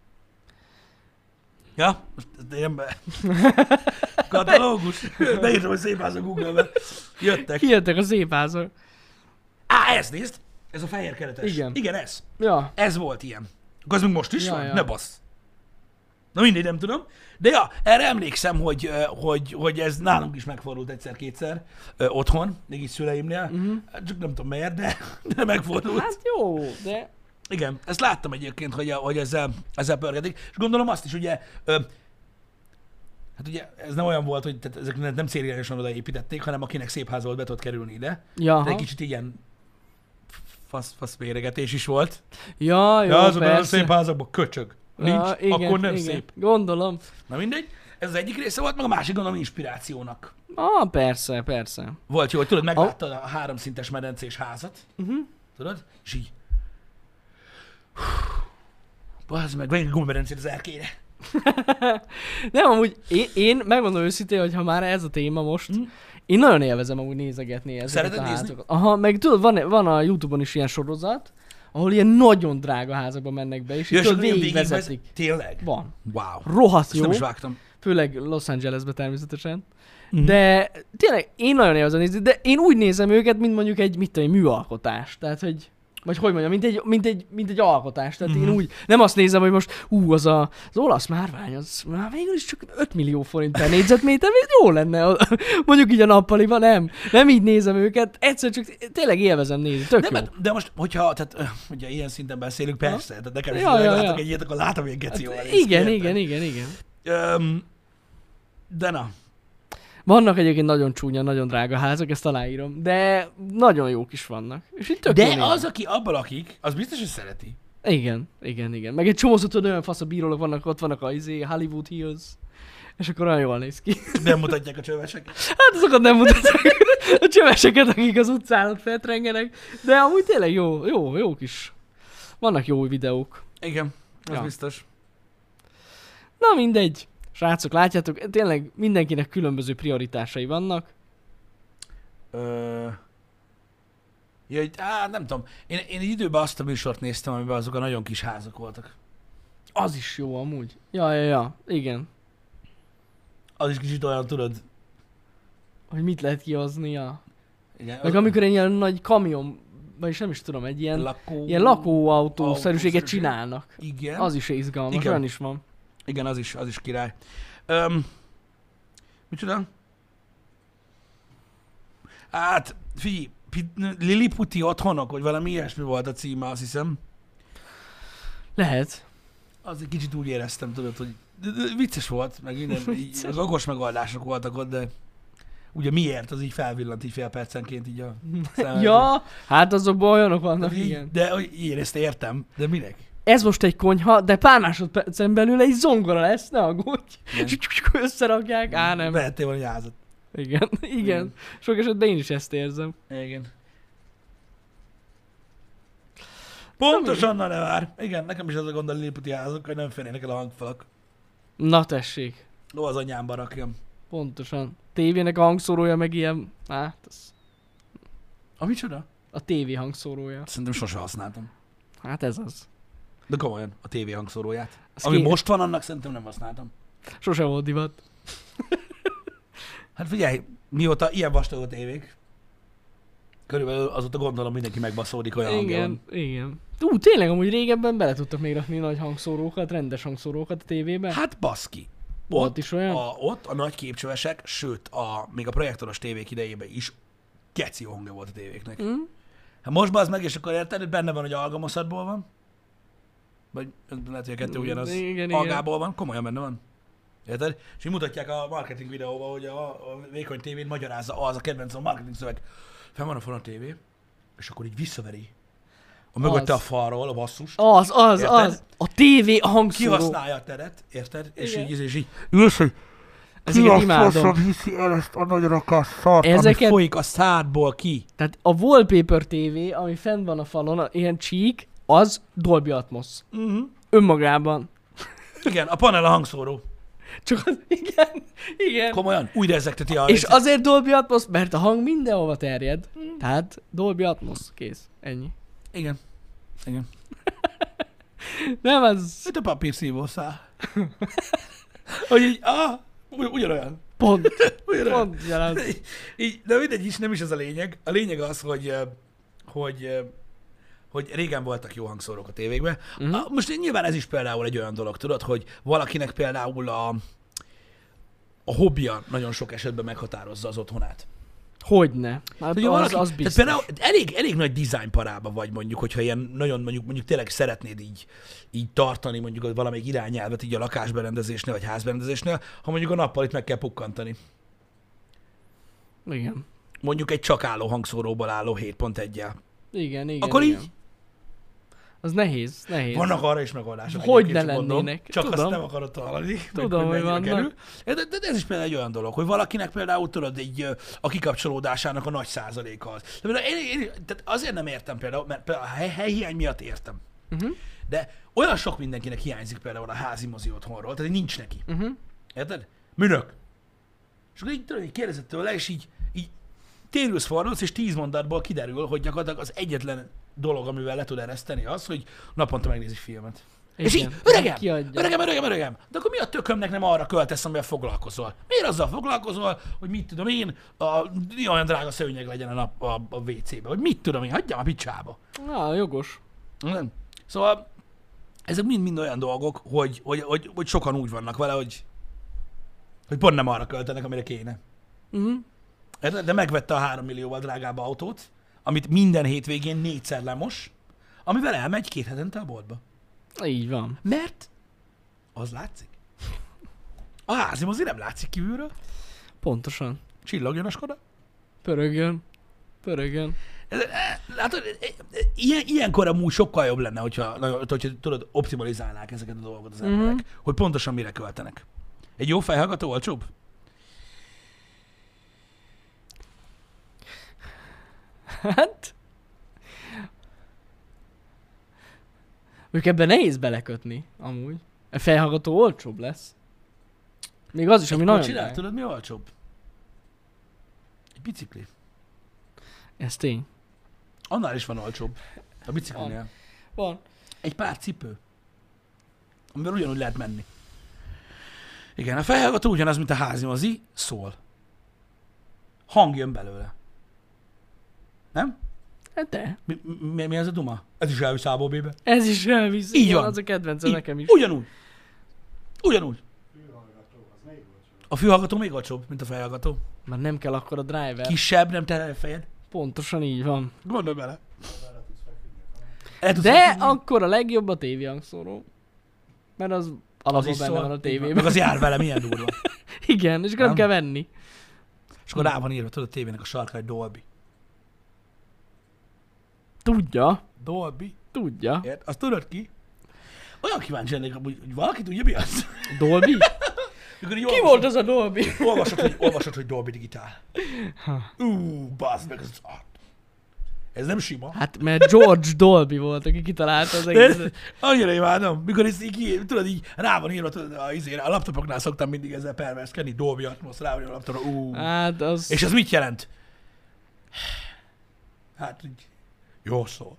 Ja, most én be. Katalógus. Beírtam, hogy szép ház a Google-be. Jöttek. Kijöttek a szép házak. Á, ezt nézd! Ez a fehér keretes. Igen. Igen, ez. Ja. Ez volt ilyen. Akkor az még most is Ja, van? ja. Ne bassz. Na mindegy, nem tudom. De ja, erre emlékszem, hogy, ö, hogy, hogy ez nálunk is megfordult egyszer-kétszer ö, otthon, még itt szüleimnél. Uh-huh. Csak nem tudom miért, de, de megfordult. Hát jó, de... Igen, ezt láttam egyébként, hogy, hogy ezzel, ezzel pörgetik. És gondolom azt is, ugye, ö, hát ugye ez nem olyan volt, hogy tehát ezek nem célirányosan odaépítették, hanem akinek szép ház volt, be tudott kerülni ide. Ja, De egy kicsit ilyen fasz, fasz méregetés is volt. ja, jó, Ja, azokban a persze. szép házakban köcsög. Nincs, Ja, igen, akkor nem igen. szép. Gondolom. Na mindegy, ez az egyik része volt, meg a másik gondolom inspirációnak. Ah, persze, persze. Volt jó, hogy tudod, megláttad a háromszintes medencés házat, Uh-huh. tudod, és így... Bazd meg, vegyünk egy gumberencét az erkélyre. Nem, amúgy én, én megmondom őszintén, hogy ha már ez a téma most, Mm. én nagyon élvezem amúgy nézegetni ezeket Szereted a nézni? házakat. Aha, meg tudod, van, van a Youtube-on is ilyen sorozat, ahol ilyen nagyon drága házakba mennek be, és Ja, így és tudod, akkor ilyen végigvezetik. végigvez- Tényleg? Van. Wow. Rohadt Ezt jó, nem is vágtam. főleg Los Angelesbe természetesen. Mhm. De tényleg én nagyon élvezem nézni, de én úgy nézem őket, mint mondjuk egy, mit tudom, egy műalkotás. Tehát, hogy vagy hogy mondjam, mint egy, mint egy, mint egy alkotás. Tehát Mhm. én úgy nem azt nézem, hogy most ú, az a, az olasz márvány, az már végül is csak öt millió forint per négyzetméter, ez jó lenne. Mondjuk így a nappaliban, nem. Nem így nézem őket, egyszer csak tényleg élvezem nézni, tök Nem, jó. mert- de most, hogyha, tehát, öh, ugye ilyen szinten beszélünk, persze, tehát nekem is Ja, ja, látok ja. egy ilyet, akkor látom, hogy geci jól Hát, néz ki, igen, érted? igen, igen, igen. Öm, de na, Vannak egyébként nagyon csúnya, nagyon drága házak, ezt aláírom, de nagyon jók is vannak. És itt tök jó de nézni. az, aki abban lakik, az biztos, hogy szereti. Igen, igen, igen. Meg egy csomószor tudod, olyan fasz a bírólok vannak, ott vannak a izé, Hollywood Hills, és akkor olyan jól néz ki. Nem mutatják a csöveseket. Hát azokat nem mutatják, a csöveseket, akik az utcán ott feltrengenek, de amúgy tényleg jó, jó, jók is. Vannak jó videók. Igen, az Ja. biztos. Na mindegy. Srácok, látjátok, tényleg mindenkinek különböző prioritásai vannak. Ö... Ja, így- á, nem tudom. Én, én egy időben azt a műsort néztem, amiben azok a nagyon kis házak voltak. Az is jó amúgy. Ja, ja, ja, igen. Az is kicsit olyan, tudod. Hogy mit lehet kihozni, ja. Igen, Meg az- amikor egy ilyen nagy kamion, vagyis nem is tudom, egy ilyen, lakó... ilyen lakóautószerűséget autószerűség. csinálnak. Igen. Az is izgalmas, Igen. olyan is van. Igen, az is, az is király. Öm, micsoda? Hát, figyelj, Pi- Liliputi otthonok, vagy valami ilyesmi volt a címe, azt hiszem. Lehet. Az egy kicsit úgy éreztem, tudod, hogy de- de vicces volt, meg minden, így, az okos megoldások voltak ott, de ugye miért, az így felvillant így fél percenként így a szemembe. Ja, hát azokban olyanok vannak, de, így, igen. de hogy én ezt értem, de minek? Ez most egy konyha, de pár másodpercen belül egy zongora lesz, ne aggódj. Igen. És összerakják, á nem. Vehettél valami házat. Igen, igen. Sok esetben én is ezt érzem. Igen. Pontosan, na ne vár. Igen, nekem is az a gond a Liliputi házak, hogy nem férnének el a hangfalak. Na tessék, Ó, az anyámba rakjam. pontosan. Tévének a hangszórója meg ilyen, hát az A micsoda? a tévé hangszórója. Szerintem sose használtam. Hát ez az. De komolyan, a tévé hangszóróját. Az Ami ki- most van, annak szerintem nem használtam. Sose volt divat. Hát figyelj, mióta ilyen vastag a tévék, körülbelül azóta gondolom mindenki megbaszódik, olyan hangja van. Igen, igen. Ú, tényleg amúgy régebben bele tudtak még rakni nagy hangszórókat, rendes hangszórókat a tévébe. Hát baszki. Volt Ott, is olyan? A, ott a nagy képcsövesek, sőt, a, még a projektoros tévék idejében is geci jó hangja volt a tévéknek. Mm? Hát most bazd meg, és akkor érted, hogy benne van, hogy algamaszatból van. Vagy lehet, hogy a kettő Mm, ugyanaz. igen, igen. Algából van, komolyan benne van. Érted? És így mutatják a marketing videóba, hogy a, a vékony tévén magyarázza, az a kedvenc a marketing szöveg. Fenn van a fon a tévé, és akkor így visszaveri a mögötte Az. a falról a basszust. Az, az, Érted? az. A tévé a hangszóró. Kihasználja a teret, érted? És Igen. így, és így ülsz, hogy Ezeket imádom. hiszi el ezt a nagy rakás szart, Ezeket- ami folyik a szádból ki. Tehát a Wallpaper tévé, ami fenn van a falon, a- ilyen csík, az Dolby Atmos. Uh-huh. Önmagában. Igen, a panel a hangszóró. Csak az, igen, igen. Komolyan, újra ezekteti a... És azért Dolby Atmos, mert a hang mindenhova terjed. Tehát Dolby Atmos, kész, ennyi. Igen. Igen. Nem, az Mint a papírszívószál. Hogy így, ah, ugy- ugyanolyan. pont, Ugyanolyan. pont jelent. Így- Így, de mindegy is, nem is ez a lényeg. A lényeg az, hogy, ö, hogy, ö, hogy régen voltak jó hangszórók a tévékben. Mhm. Uh-huh. Most nyilván ez is például egy olyan dolog, tudod, hogy valakinek például a, a hobbija nagyon sok esetben meghatározza az otthonát. Hogyne. Hát Ugye az, valaki, az tehát biztos. például elég, elég nagy design parába vagy mondjuk, hogyha ilyen nagyon mondjuk, mondjuk tényleg szeretnéd így, így tartani mondjuk valamelyik irányelvet így a lakásberendezésnél vagy házberendezésnél, ha mondjuk a nappal itt meg kell pukkantani. Igen. Mondjuk egy csak álló hangszóróból álló hét pont egyel. Igen, igen. Akkor igen. így Az nehéz, nehéz. vannak arra is megoldások. Hogy egyébként, ne csak mondom. lennének. Csak Tudom. azt nem akarod hallani. meg Tudom, hogy mennyire vannak. kerül. De, de, de, ez is például egy olyan dolog, hogy valakinek például tudod, egy, ö, a kikapcsolódásának a nagy százaléka az. De például én, én, tehát azért nem értem például, mert például a hely, helyhiány miatt értem. Uh-huh. De olyan sok mindenkinek hiányzik például a házi mozi otthonról, tehát nincs neki. Uh-huh. Érted? Műnök. És akkor így tudod, így kérdezett tőle, és így, így térülsz fordulsz, és tíz mondatból kiderül, hogy gyakorlatilag az egyetlen dolog, amivel le tud ereszteni az, hogy naponta megnézi filmet. És így, öregem, Kiadja. öregem, öregem, öregem, de akkor mi a tökömnek nem arra költesz, amivel foglalkozol? Miért azzal foglalkozol, hogy mit tudom én, a, olyan drága szőnyeg legyen a, nap, a, a vé cébe, vagy mit tudom én, hagyjam a picsába. Ah, jogos. Nem? Szóval ezek mind-mind olyan dolgok, hogy, hogy, hogy, hogy sokan úgy vannak vele, hogy, hogy pont nem arra költenek, amire kéne. Uh-huh. Érted? De megvette a három millióval drágább autót, amit minden hétvégén négyszer lemos, amivel elmegy két hetente a boltba. Így van. Mert az látszik. A házi mozi nem látszik kívülről. Pontosan. Csillogjon a Skoda. Pörögjön. Pörögjön. Ez- e, Látod, e, e, ilyen, ilyenkor amúgy sokkal jobb lenne, hogyha, na, hogyha tudod, optimalizálnák ezeket a dolgokat az emberek, Mhm. hogy pontosan mire költenek. Egy jó fejhallgató olcsóbb? Hát... Mondjuk ebben nehéz belekötni, amúgy. A fejhallgató olcsóbb lesz. Még az is, ami Egy nagyon kocsinál, drága. tudod mi olcsóbb? Egy bicikli. Ez tény. Annál is van olcsóbb. A biciklinél. Van. Egy pár cipő. Amivel ugyanúgy lehet menni. Igen, a fejhallgató ugyanaz, mint a házi mozi, szól. Hang jön belőle. Nem? Hát de. Mi, mi, mi ez a duma? Ez is elvisz A-ból B-be. Ez is elvisz. Így Igen, van. Az a kedvencem Így. nekem is. Ugyanúgy. Ugyanúgy. Fülhallgató, az még olcsóbb. A fülhallgató még olcsóbb, mint a fejhallgató. Már nem kell akkor a driver. Kisebb, nem terel a fejed. Pontosan így van. Gondolj bele. Arra tudsz feküdni. hanem El tudsz De feküdni. akkor a legjobb a tévéhangszóró. Mert az az alapból is benne szól. van a Így van. tévében. Meg az jár vele, milyen durva. Igen, és akkor nem Nem? kell venni. És akkor rá van írva, tudod, a tévének a sarkára, hogy Dolby. Tudja. Dolby. Tudja. Ért? Azt tudod ki? Olyan kíváncsi lennék, hogy hogy valaki tudja mi az? Dolby? Mikor így Ki olvasod- volt az a Dolby? Olvasod, hogy, olvasod, hogy Dolby Digitál. Ú, bazd meg, ez, ah, ez nem sima. Hát mert George Dolby volt, aki kitalálta az De ez, egészet. annyira imádom, mikor ez így, ki- tudod, így rá van írva, tudod, a, izére, a laptopoknál szoktam mindig ezzel perverszkedni, Dolby Atmos, rá van írva a laptopra, ú. Hát az... És ez mit jelent? Hát így, jó szól.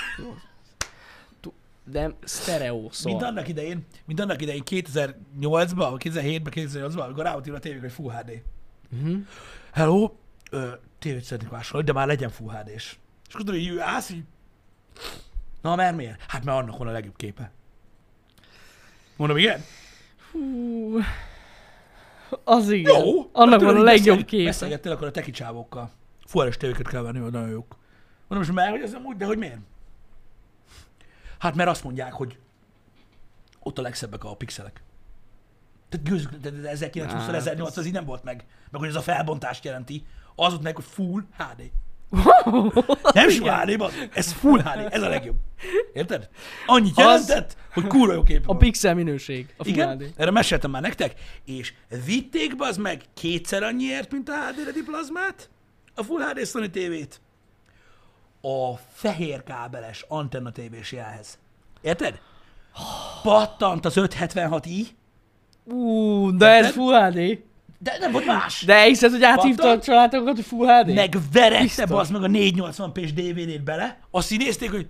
De sztereó szól. Mint annak idején, mint annak idején kétezer-nyolcban, vagy kétezer-hétben, kétezer-nyolcban, amikor rá volt írva a tévékre, hogy Full há dé. Uh-huh. Hello, ö, tévét szeretnék vásárolni, de már legyen Full há dés. És akkor tudod, így állsz, így... Na, mert miért? Hát mert annak van a legjobb képe. Mondom, igen? Hú, az igen. Jó. Annak Tudod, van a így legjobb beszél- képe. Beszélgettél akkor a teki csávokkal. Full há dés tévéket kell venni, hogy nagyon jók. Mondom, és már, hogy ez nem úgy, de hogy miért? Hát mert azt mondják, hogy ott a legszebbek a pixelek. Tehát gőzük, de de ezerkilencszázhúsz Á, ezernyolcvan az így nem volt meg. Meg hogy ez a felbontást jelenti. Az ott meg, hogy Full há dé. Nem sima há dé, bazd, ez Full há dé, ez a legjobb. Érted? Annyit Az- jelentett, hogy kurva jó kép A van. pixel minőség. A Full Igen, há dé. erre meséltem már nektek, és vitték be az meg kétszer annyiért, mint a há dé Ready plazmát, a Full há dé Sony tévét, a fehér kábeles antenna tévés jelhez. Érted? Pattant az ötszázhetvenhat i, Ú, de ez Érted? Full há dé. De nem volt más. De hiszed, hogy áthívta a Kaptad? családokat, hogy Full há dé? Megverette Biztos. bazd meg a négyszáznyolcvan pés dé vé dét bele, azt így nézték, hogy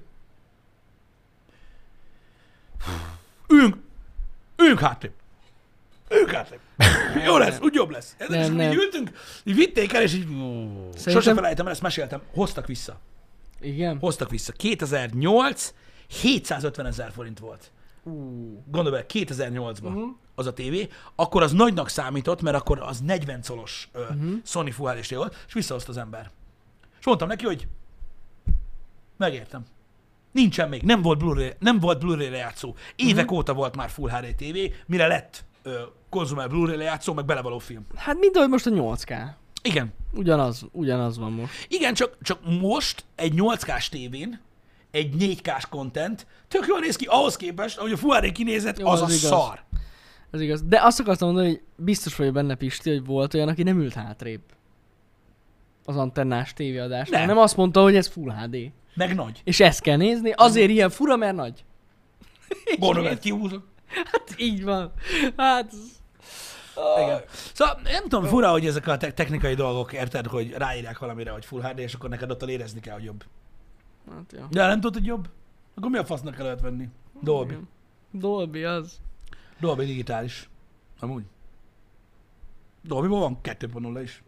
üljünk, üljünk hátrébb. Üljünk hátrébb. Jó lesz, úgy jobb lesz. Nem, És nem. így ültünk, így vitték el, és így Szerintem... sosem felejtem el, ezt meséltem. Hoztak vissza. Igen? Hoztak vissza. kétezer-nyolc hétszázötven ezer forint volt. Ú. Gondolj bele, kétezer-nyolcban Mhm. az a tévé, akkor az nagynak számított, mert akkor az negyven colos uh, Mhm. Sony Full há dés tévé volt, és visszahozta az ember. És mondtam neki, hogy megértem. Nincsen még, nem volt Blu-ray, nem volt Blu-ray lejátszó. Évek Mhm. óta volt már Full há dé tévé, mire lett uh, konzumál Blu-ray lejátszó, meg belevaló film. Hát mind ahogy most a nyolc ká. Igen. Ugyanaz, ugyanaz van most. Igen, csak, csak most egy nyolc kás tévén, egy négy kás content, tök jól néz ki ahhoz képest, ahogy a Full há dé kinézett, Jó, az a az igaz. szar. Ez igaz. De azt akartam mondani, hogy biztos vagyok benne, Pisti, hogy volt olyan, aki nem ült hátrébb az antennás tévéadásnál. Nem. Nem. nem azt mondta, hogy ez Full há dé. Meg nagy. És ezt kell nézni, azért ilyen fura, mert nagy. Gondolod, kihúzok. Hát így van. Hát... Igen. Szóval nem tudom, fura, hogy ezek a te- technikai dolgok, érted, hogy ráírják valamire, hogy Full há dé, és akkor neked ott érezni kell, hogy jobb. Hát jó. De nem tudod, hogy jobb? Akkor mi a fasznak kell lehet venni? Dolby. Igen. Dolby az. Dolby digitális. Amúgy. Dolbyból van kettő pont nulla is.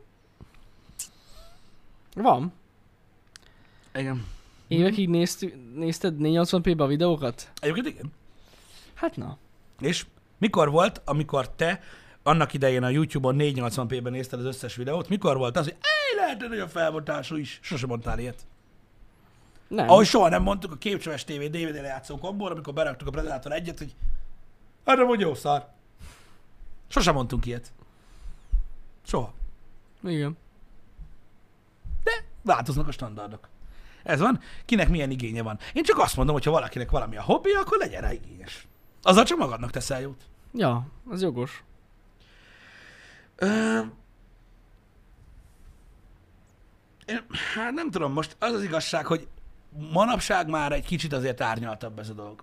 Van. Igen. Évekig néztük, nézted négyszáznyolcvan pé-be a videókat? Egyébként igen. Hát na. És mikor volt, amikor te annak idején a YouTube-on négyszáznyolcvan pé-ben nézted az összes videót, mikor volt az, hogy ej, lehet, hogy a felbontású is. Sose mondtál ilyet. Nem. Ahogy soha nem mondtuk a képcsöves tévé dé vé dé lejátszó kombóra, amikor beraktuk a Predator egyet, hogy arra mondj jó szar. Sose mondtunk ilyet. Soha. Igen. De változnak a standardok. Ez van. Kinek milyen igénye van. Én csak azt mondom, hogy ha valakinek valami a hobbi, akkor legyen rá igényes. Azzal csak magadnak teszel jót. Ja, az jogos. Ö... Én, hát nem tudom, most az az igazság, hogy manapság már egy kicsit azért árnyaltabb ez a dolog.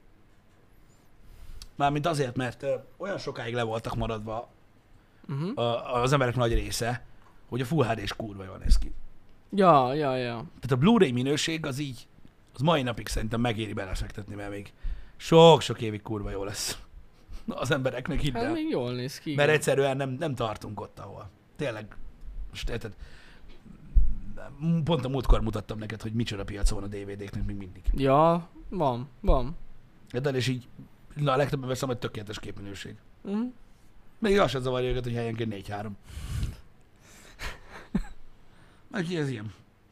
Mármint azért, mert ö, olyan sokáig le voltak maradva Uh-huh. a, az emberek nagy része, hogy a Full há dés kurva jól néz ki. Ja, ja, ja. Tehát a Blu-ray minőség az így, az mai napig szerintem megéri belefektetni, mert még sok-sok évig kurva jó lesz. Az embereknek hidd Hát el. még jól néz ki. Mert igen. egyszerűen nem, nem tartunk ott, ahol. Tényleg, most érted, pont a múltkor mutattam neked, hogy micsoda piaca van a dé vé déknek még mindig. Ja, van, van. Érted, és így, na a legtöbben veszem, hogy tökéletes képminőség. Uh-huh. Még az sem zavarja őket, hogy helyenként négy három. Úgyhogy ez ilyen.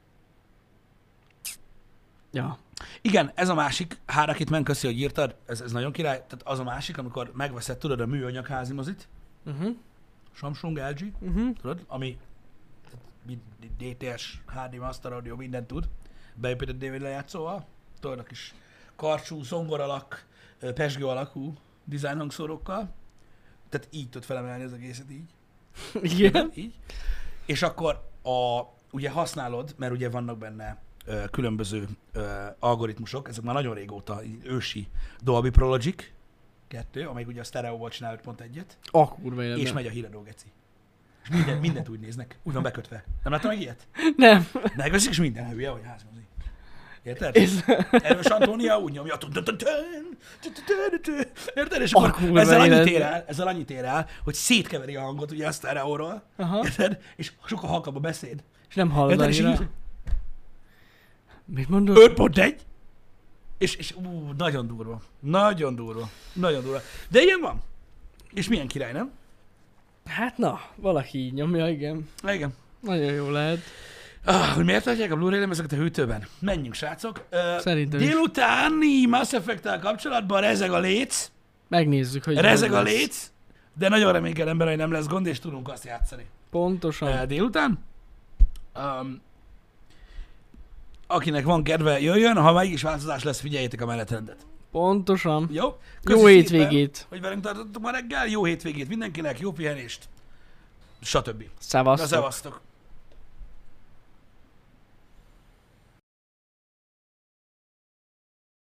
Ja. Igen, ez a másik, Hárakit köszi, hogy írtad, ez, ez nagyon király. Tehát az a másik, amikor megveszed, tudod, a műanyag házimozit, Uh-huh. Samsung, el gé, Uh-huh. tudod, ami dé té es, há dé Master Audio, mindent tud, beépített dé vé dé lejátszóval, tudod, a kis karcsú, zongoralak, pezsgő alakú design hangszórókkal, tehát így tud felemelni az egészet így. Igen. Így. És akkor a, ugye használod, mert ugye vannak benne ö, különböző ö, algoritmusok, ezek már nagyon régóta így ősi Dolby Pro Logic kettő, amelyik ugye a sztereóval csinál öt pont egyet, A kurva életben. és megy a híradó geci. És minden, mindent úgy néznek, úgy van bekötve. Nem láttam meg ilyet? Nem. Megveszik, és minden hülye, vagy házmozi. Érted? Ez... Erős Antónia úgy nyomja, érted? És akkor A kurva ezzel annyit élet. ér el, ezzel annyit ér el, hogy szétkeveri a hangot ugye a sztereóról, Aha. érted? És sokkal halkabb a beszéd. És nem hallod Érted? És annyira. így Mit mondod? öt pont egy, és, és ú, nagyon durva. Nagyon durva. Nagyon durva. De ilyen van. És milyen király, nem? Hát na, valaki így nyomja, igen. Igen. Nagyon jó lehet. Ah, hogy miért adják a Blu-ray lemezeket a hűtőben? Menjünk, srácok. Uh, Szerintem is. délutáni Mass Effect-tel kapcsolatban rezeg a léc. Megnézzük, hogy... Rezeg hogy a lesz. léc, de nagyon reménykedem benne, hogy nem lesz gond, és tudunk azt játszani. Pontosan. Uh, délután. Um, akinek van kedve, jöjjön, ha mégis változás lesz, figyeljétek a menetrendet. Pontosan. Jó? Jó Köszi hétvégét. szépen, hogy velünk tartottuk ma reggel, jó hétvégét mindenkinek, jó pihenést, stb. Na, Szevasztok. szevasztok.